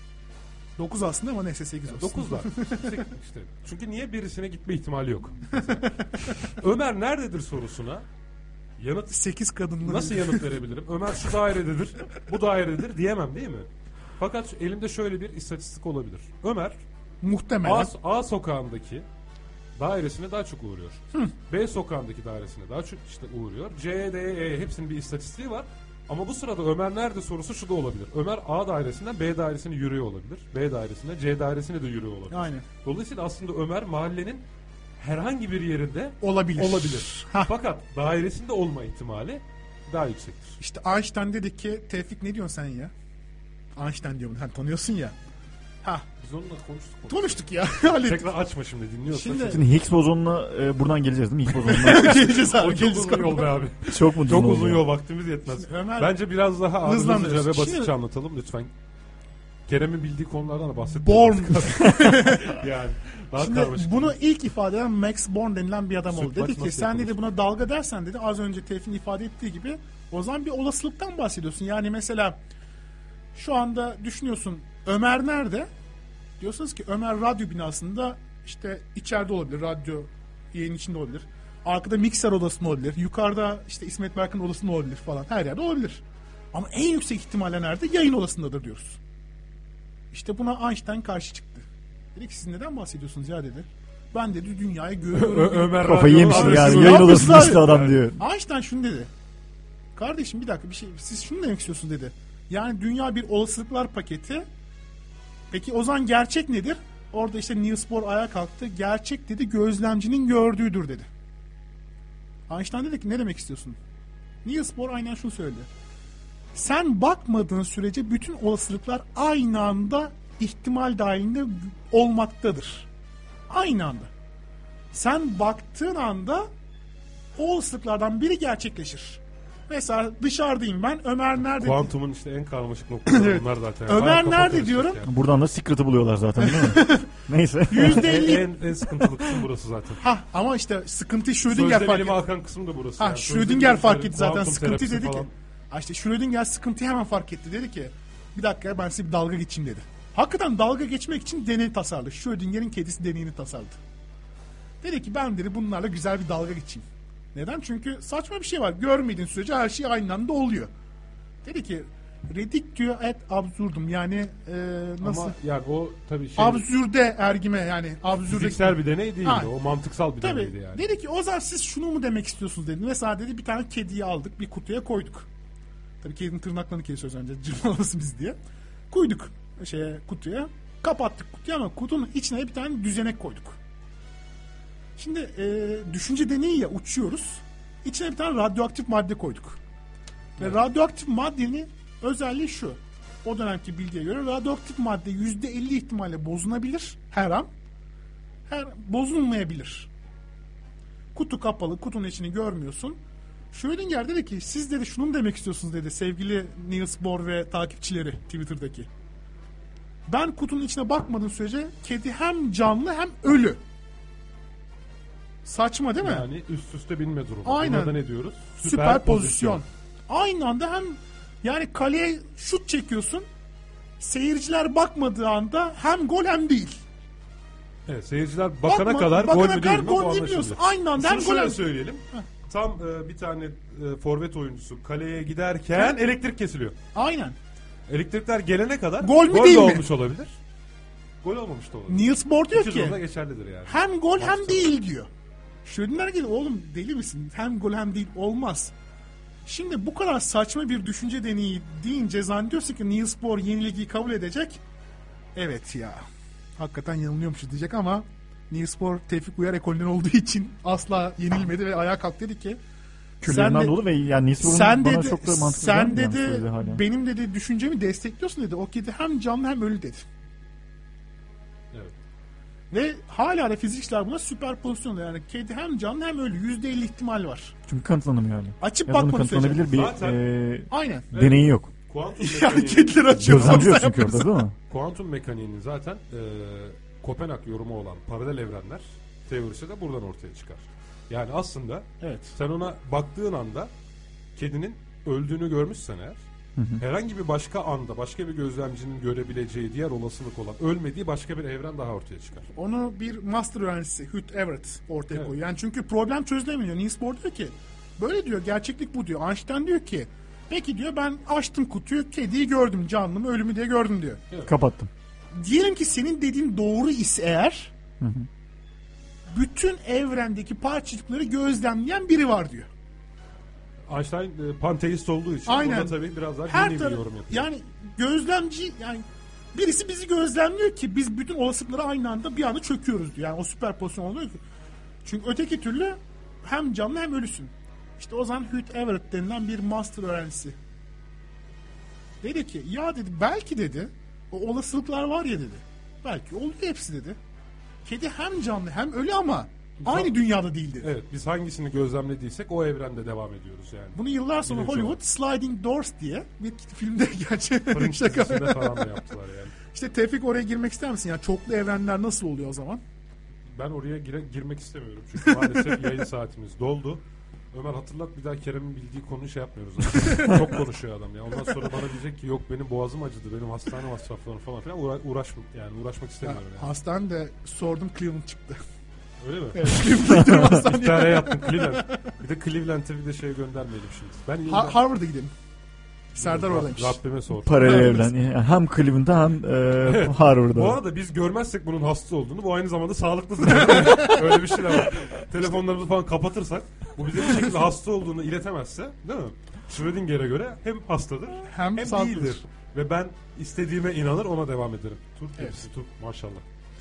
dokuz aslında ama neyse sekiz olsun. dokuzlar. işte. Çünkü niye birisine gitme ihtimali yok? Mesela. Ömer nerededir sorusuna yanıt sekiz kadınlı. nasıl yanıt verebilirim? Ömer şu dairededir, bu dairededir diyemem değil mi? Fakat elimde şöyle bir istatistik olabilir. Ömer Muhtemelen. A, A sokağındaki dairesine daha çok uğruyor. B sokağındaki dairesine daha çok işte uğruyor. C, D, E hepsinin bir istatistiği var. Ama bu sırada Ömer nerede sorusu şu da olabilir. Ömer A dairesinden B dairesine yürüyor olabilir. B dairesinden C dairesine de yürüyor olabilir. Aynen. Dolayısıyla aslında Ömer mahallenin herhangi bir yerinde Olabilir. olabilir. Hah. Fakat dairesinde olma ihtimali daha yüksektir. İşte Einstein dedi ki Tevfik ne diyorsun sen ya? Einstein diyorum. Hani tanıyorsun ya. Ha Biz onunla konuştuk. konuştuk ya. Hallettik. Tekrar açma şimdi dinliyorsan. Şimdi- Şimdi Higgs bozonuna e, buradan geleceğiz değil mi? Higgs bozonuna Geleceğiz abi. O çok geleceğiz. uzun yol be abi. çok mu Çok oldu uzun ya? yol vaktimiz yetmez. Ömer- Bence biraz daha Hızlandırırız. hızlıca ve basitçe Şimdi- anlatalım lütfen. Kerem'in bildiği konulardan da bahsetmeyelim. Born. yani daha Şimdi karmaşık. bunu ilk ifade eden Max Born denilen bir adam oldu. Sütlaç Dedi ki nasıl sen yapılır? dedi buna dalga dersen dedi az önce Tevfik'in ifade ettiği gibi o zaman bir olasılıktan bahsediyorsun. Yani mesela şu anda düşünüyorsun Ömer nerede? Diyorsunuz ki Ömer radyo binasında işte içeride olabilir. Radyo yayın içinde olabilir. Arkada mikser odasında olabilir. Yukarıda işte İsmet Berk'in odasında olabilir falan. Her yerde olabilir. Ama en yüksek ihtimalle nerede? Yayın odasındadır diyoruz. İşte buna Einstein karşı çıktı. Dedi ki siz neden bahsediyorsunuz ya dedi. Ben dedi dünyayı görüyorum. Ö- Ömer Kafayı radyoda yemiş adresi yani. var. Yayın Yapmışlar. odasında işte adam diyor. Einstein şunu dedi. Kardeşim bir dakika bir şey siz şunu demek istiyorsunuz dedi. Yani dünya bir olasılıklar paketi. Peki o zaman gerçek nedir? Orada işte Niels Bohr ayağa kalktı. Gerçek dedi gözlemcinin gördüğüdür dedi. Einstein dedi ki ne demek istiyorsun? Niels Bohr aynen şunu söyledi. Sen bakmadığın sürece bütün olasılıklar aynı anda ihtimal dahilinde olmaktadır. Aynı anda. Sen baktığın anda o olasılıklardan biri gerçekleşir. Mesela dışarıdayım ben. Ömer nerede? Kuantumun işte en karmaşık noktaları Evet. bunlar zaten. Ömer Bayağı kafa nerede karışık diyorum? yani. Buradan da Secret'ı buluyorlar zaten değil mi? Neyse. yüzde en, elli. en, en sıkıntılı kısım burası zaten. Ha ama işte sıkıntı Schrödinger Sözde fark elime etti. akan kısım da burası. Ha yani. Schrödinger Sözde fark bilimlerin etti zaten. kuantum Sıkıntı terapisi dedi ki. falan. Ha işte Schrödinger sıkıntıyı hemen fark etti. Dedi ki bir dakika ben size bir dalga geçeyim dedi. Hakikaten dalga geçmek için deney tasarladı. Schrödinger'in kedisi deneyini tasarladı. Dedi ki ben dedi bunlarla güzel bir dalga geçeyim. Neden? Çünkü saçma bir şey var. Görmediğin sürece her şey aynı anda oluyor. Dedi ki reductio ad absurdum yani e, nasıl? Ama yani o tabii şey Absürde ergime yani absürde. fiziksel bir deney değildi. Ha. O mantıksal bir Tabii. deneydi yani. Dedi ki o zaman siz şunu mu demek istiyorsunuz dedi. Mesela dedi bir tane kediyi aldık bir kutuya koyduk. Tabii kedinin tırnaklarını kesiyoruz önce cırmalaması biz diye. Koyduk şeye kutuya. Kapattık kutuyu ama kutunun içine bir tane düzenek koyduk. Şimdi e, düşünce deneyi ya uçuyoruz. İçine bir tane radyoaktif madde koyduk. Evet. Ve radyoaktif maddenin özelliği şu. O dönemki bilgiye göre radyoaktif madde yüzde elli ihtimalle bozulabilir her an. Her bozulmayabilir. Kutu kapalı, kutunun içini görmüyorsun. Schrödinger dedi ki siz dedi şunu mu demek istiyorsunuz dedi sevgili Niels Bohr ve takipçileri Twitter'daki. Ben kutunun içine bakmadığım sürece kedi hem canlı hem ölü. Saçma değil mi? Yani üst üste binme durumu. Aynen. Buna da ne diyoruz? Süper pozisyon. Aynı anda hem yani kaleye şut çekiyorsun. Seyirciler bakmadığı anda hem gol hem değil. Evet, seyirciler bakana Bakma- kadar bakana gol mü kadar değil mi? gol Bu değil biliyorsun. anlaşılıyor. Aynı anda hem Şunu gol şöyle hem... söyleyelim. tam e, bir tane e, forvet oyuncusu kaleye giderken elektrik kesiliyor. Aynen. Elektrikler gelene kadar Gol mü gol değil de mi? olmuş olabilir. Gol olmamış da olabilir. Niels Bohr diyor İki ki durumda geçerlidir yani. hem gol hem Maçta. değil diyor. Schrödinger geliyor, oğlum deli misin? Hem gol hem değil olmaz. Şimdi bu kadar saçma bir düşünce deneyi deyince zannediyorsun ki Niels Bohr yenilgiyi kabul edecek. Evet ya. Hakikaten yanılıyormuşuz diyecek ama Niels Bohr Tevfik Uyar ekolünden olduğu için asla yenilmedi ve ayağa kalktı, dedi ki Küllerinden de- dolu ve yani Niels Bohr'un sen bana dedi, çok da mantıklı sen gelmiyor dedi söylediği hala. benim dedi düşüncemi destekliyorsun dedi. O kedi hem canlı hem ölü dedi. Evet. Ve hala da fizikçiler buna süperpozisyon diyor. Yani kedi hem canlı hem ölü. yüzde elli ihtimal var. Çünkü kanıtlanamıyor hala. Açıp Ya da bunun bakmanı söyleyeceğim. kanıtlanabilir bir Zaten- e, Aynen. deneyi yok. Kuantum Yani mekaniğinin, kediler açıyor. Gözlemci yok hasta çünkü orada yapıyorsun. değil mi? kuantum mekaniğinin zaten e, Kopenhag yorumu olan paralel evrenler teorisi de buradan ortaya çıkar. Yani aslında Evet. sen ona baktığın anda kedinin öldüğünü görmüşsen eğer, herhangi bir başka anda başka bir gözlemcinin görebileceği diğer olasılık olan ölmediği başka bir evren daha ortaya çıkar. Onu bir master öğrencisi Hugh Everett ortaya Evet. koyuyor. Yani çünkü problem çözülemiyor. Niels Bohr diyor ki böyle diyor, gerçeklik bu diyor. Einstein diyor ki peki diyor ben açtım kutuyu, kediyi gördüm, canlı mı ölü mü diye gördüm diyor. Kapattım. Diyelim ki senin dediğin doğru ise eğer bütün evrendeki parçacıkları gözlemleyen biri var diyor. Einstein e, panteist olduğu için Aynen. burada tabii biraz daha Her dini bir taraf, yorum yapıyor. yani gözlemci, yani birisi bizi gözlemliyor ki biz bütün olasılıkları aynı anda bir anda çöküyoruz diyor. Yani o süperpozisyon oluyor ki. Çünkü öteki türlü hem canlı hem ölüsün. İşte o zaman Hugh Everett denilen bir master öğrencisi dedi ki ya dedi belki dedi o olasılıklar var ya dedi. Belki oluyor hepsi dedi. Kedi hem canlı hem ölü ama aynı dünyada değil dedi. Evet, biz hangisini gözlemlediysek o evrende devam ediyoruz yani. Bunu yıllar sonra Bilinç Hollywood olarak. Sliding Doors diye bir filmde gerçekten Fırın şaka. dizisinde falan da yaptılar yani. İşte Tevfik oraya girmek ister misin? Yani çoklu evrenler nasıl oluyor o zaman? Ben oraya gire, girmek istemiyorum çünkü maalesef yayın saatimiz doldu. Ömer hatırlat, bir daha Kerem'in bildiği konuyu şey yapmıyoruz. Yani. Çok konuşuyor adam ya. Ondan sonra bana diyecek ki yok benim boğazım acıdı, benim hastane masraflarım falan filan uğra uğraşmak yani uğraşmak Ya, istemiyorum yani. hastanede sordum, Cleveland çıktı. Öyle mi? Evet, Cleveland'da Bir hastaneye. tane yaptım Cleveland. Bir de Cleveland'e bir de şey göndermeyelim şimdi. Ben yeniden Ha- Harvard'a gidelim. Serdar Rab- oradaymış. Rabbime sor. Paralel evren. Yani hem Cleveland'da hem e, Harvard'da. Bu arada biz görmezsek bunun hasta olduğunu, bu aynı zamanda sağlıklıdır. Öyle bir şey de var. Telefonlarımızı falan kapatırsak bu bize bir şekilde hasta olduğunu iletemezse, değil mi? Schrödinger'e göre hem hastadır Hem hem sağlıklıdır. değildir. Ve ben istediğime inanır, ona devam ederim. Tur Evet. hepsi tur maşallah.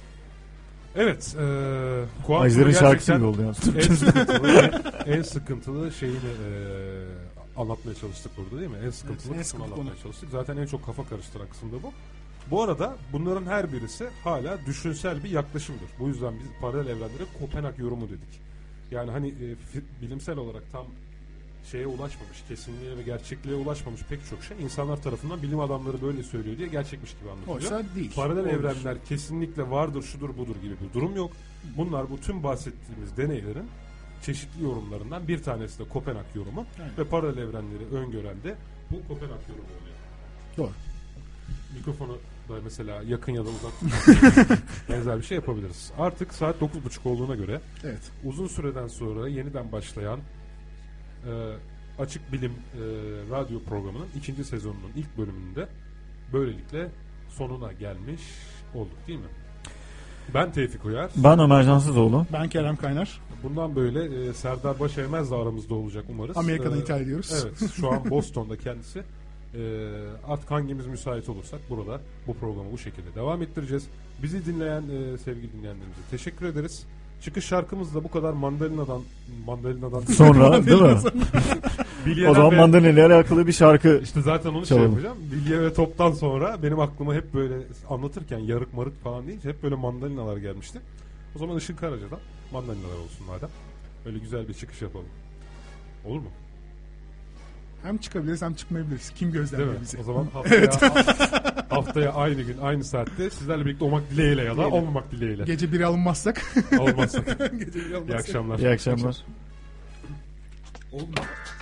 Evet. E, kuantumu Ajdar'ın şarkısı gerçekten gibi oldu ya. en sıkıntılı, en, en sıkıntılı şeyini e, anlatmaya çalıştık burada değil mi? En sıkıntılı Evet, en kısmını sıkıntılı anlatmaya çalıştık. Zaten en çok kafa karıştıran kısım da bu. Bu arada bunların her birisi hala düşünsel bir yaklaşımdır. Bu yüzden biz paralel evrenlere Kopenhag yorumu dedik. Yani hani e, fi- bilimsel olarak tam şeye ulaşmamış, kesinliğe ve gerçekliğe ulaşmamış pek çok şey insanlar tarafından bilim adamları böyle söylüyor diye gerçekmiş gibi anlatılıyor. Oysa değil. Paralel Olmuş. evrenler kesinlikle vardır, şudur budur gibi bir durum yok. Bunlar bu tüm bahsettiğimiz deneylerin çeşitli yorumlarından bir tanesi de Kopenhag yorumu. Aynen. Ve paralel evrenleri öngören de bu Kopenhag yorumu oluyor. Doğru. Mikrofonu da mesela yakın ya da uzak tutmak benzer bir şey yapabiliriz. Artık saat dokuz buçuk olduğuna göre Evet. uzun süreden sonra yeniden başlayan e, Açık Bilim e, radyo programının ikinci sezonunun ilk bölümünde böylelikle sonuna gelmiş olduk değil mi? Ben Tevfik Uyar. Ben Ömer Cansızoğlu. Ben Kerem Kaynar. Bundan böyle e, Serdar Başevmez de aramızda olacak umarız. Amerika'dan E, ithal ediyoruz. Evet, şu an Boston'da kendisi. E, artık hangimiz müsait olursak burada bu programı bu şekilde devam ettireceğiz. Bizi dinleyen e, sevgili dinleyenlerimize teşekkür ederiz. Çıkış şarkımız da bu kadar mandalinadan mandalinadan Sonra değil mi? Bilyeden O zaman ve- mandalina ile alakalı bir şarkı. İşte zaten onu Çalalım. şey yapacağım. Bilye ve toptan sonra benim aklıma hep böyle anlatırken yarık marık falan deyince hep böyle mandalinalar gelmişti. O zaman Işın Karaca'dan mandalinalar olsun madem. Öyle güzel bir çıkış yapalım. Olur mu? Hem çıkabiliriz hem çıkmayabiliriz. Kim Değil gözlemliyor mi? bizi? O zaman haftaya, haftaya aynı gün aynı saatte sizlerle birlikte olmak dileğiyle ya da Dileğiyle. olmamak dileğiyle. Gece biri alınmazsak. Olmazsak. Gece biri İyi alınmazsak. akşamlar. İyi akşamlar. Olmadı.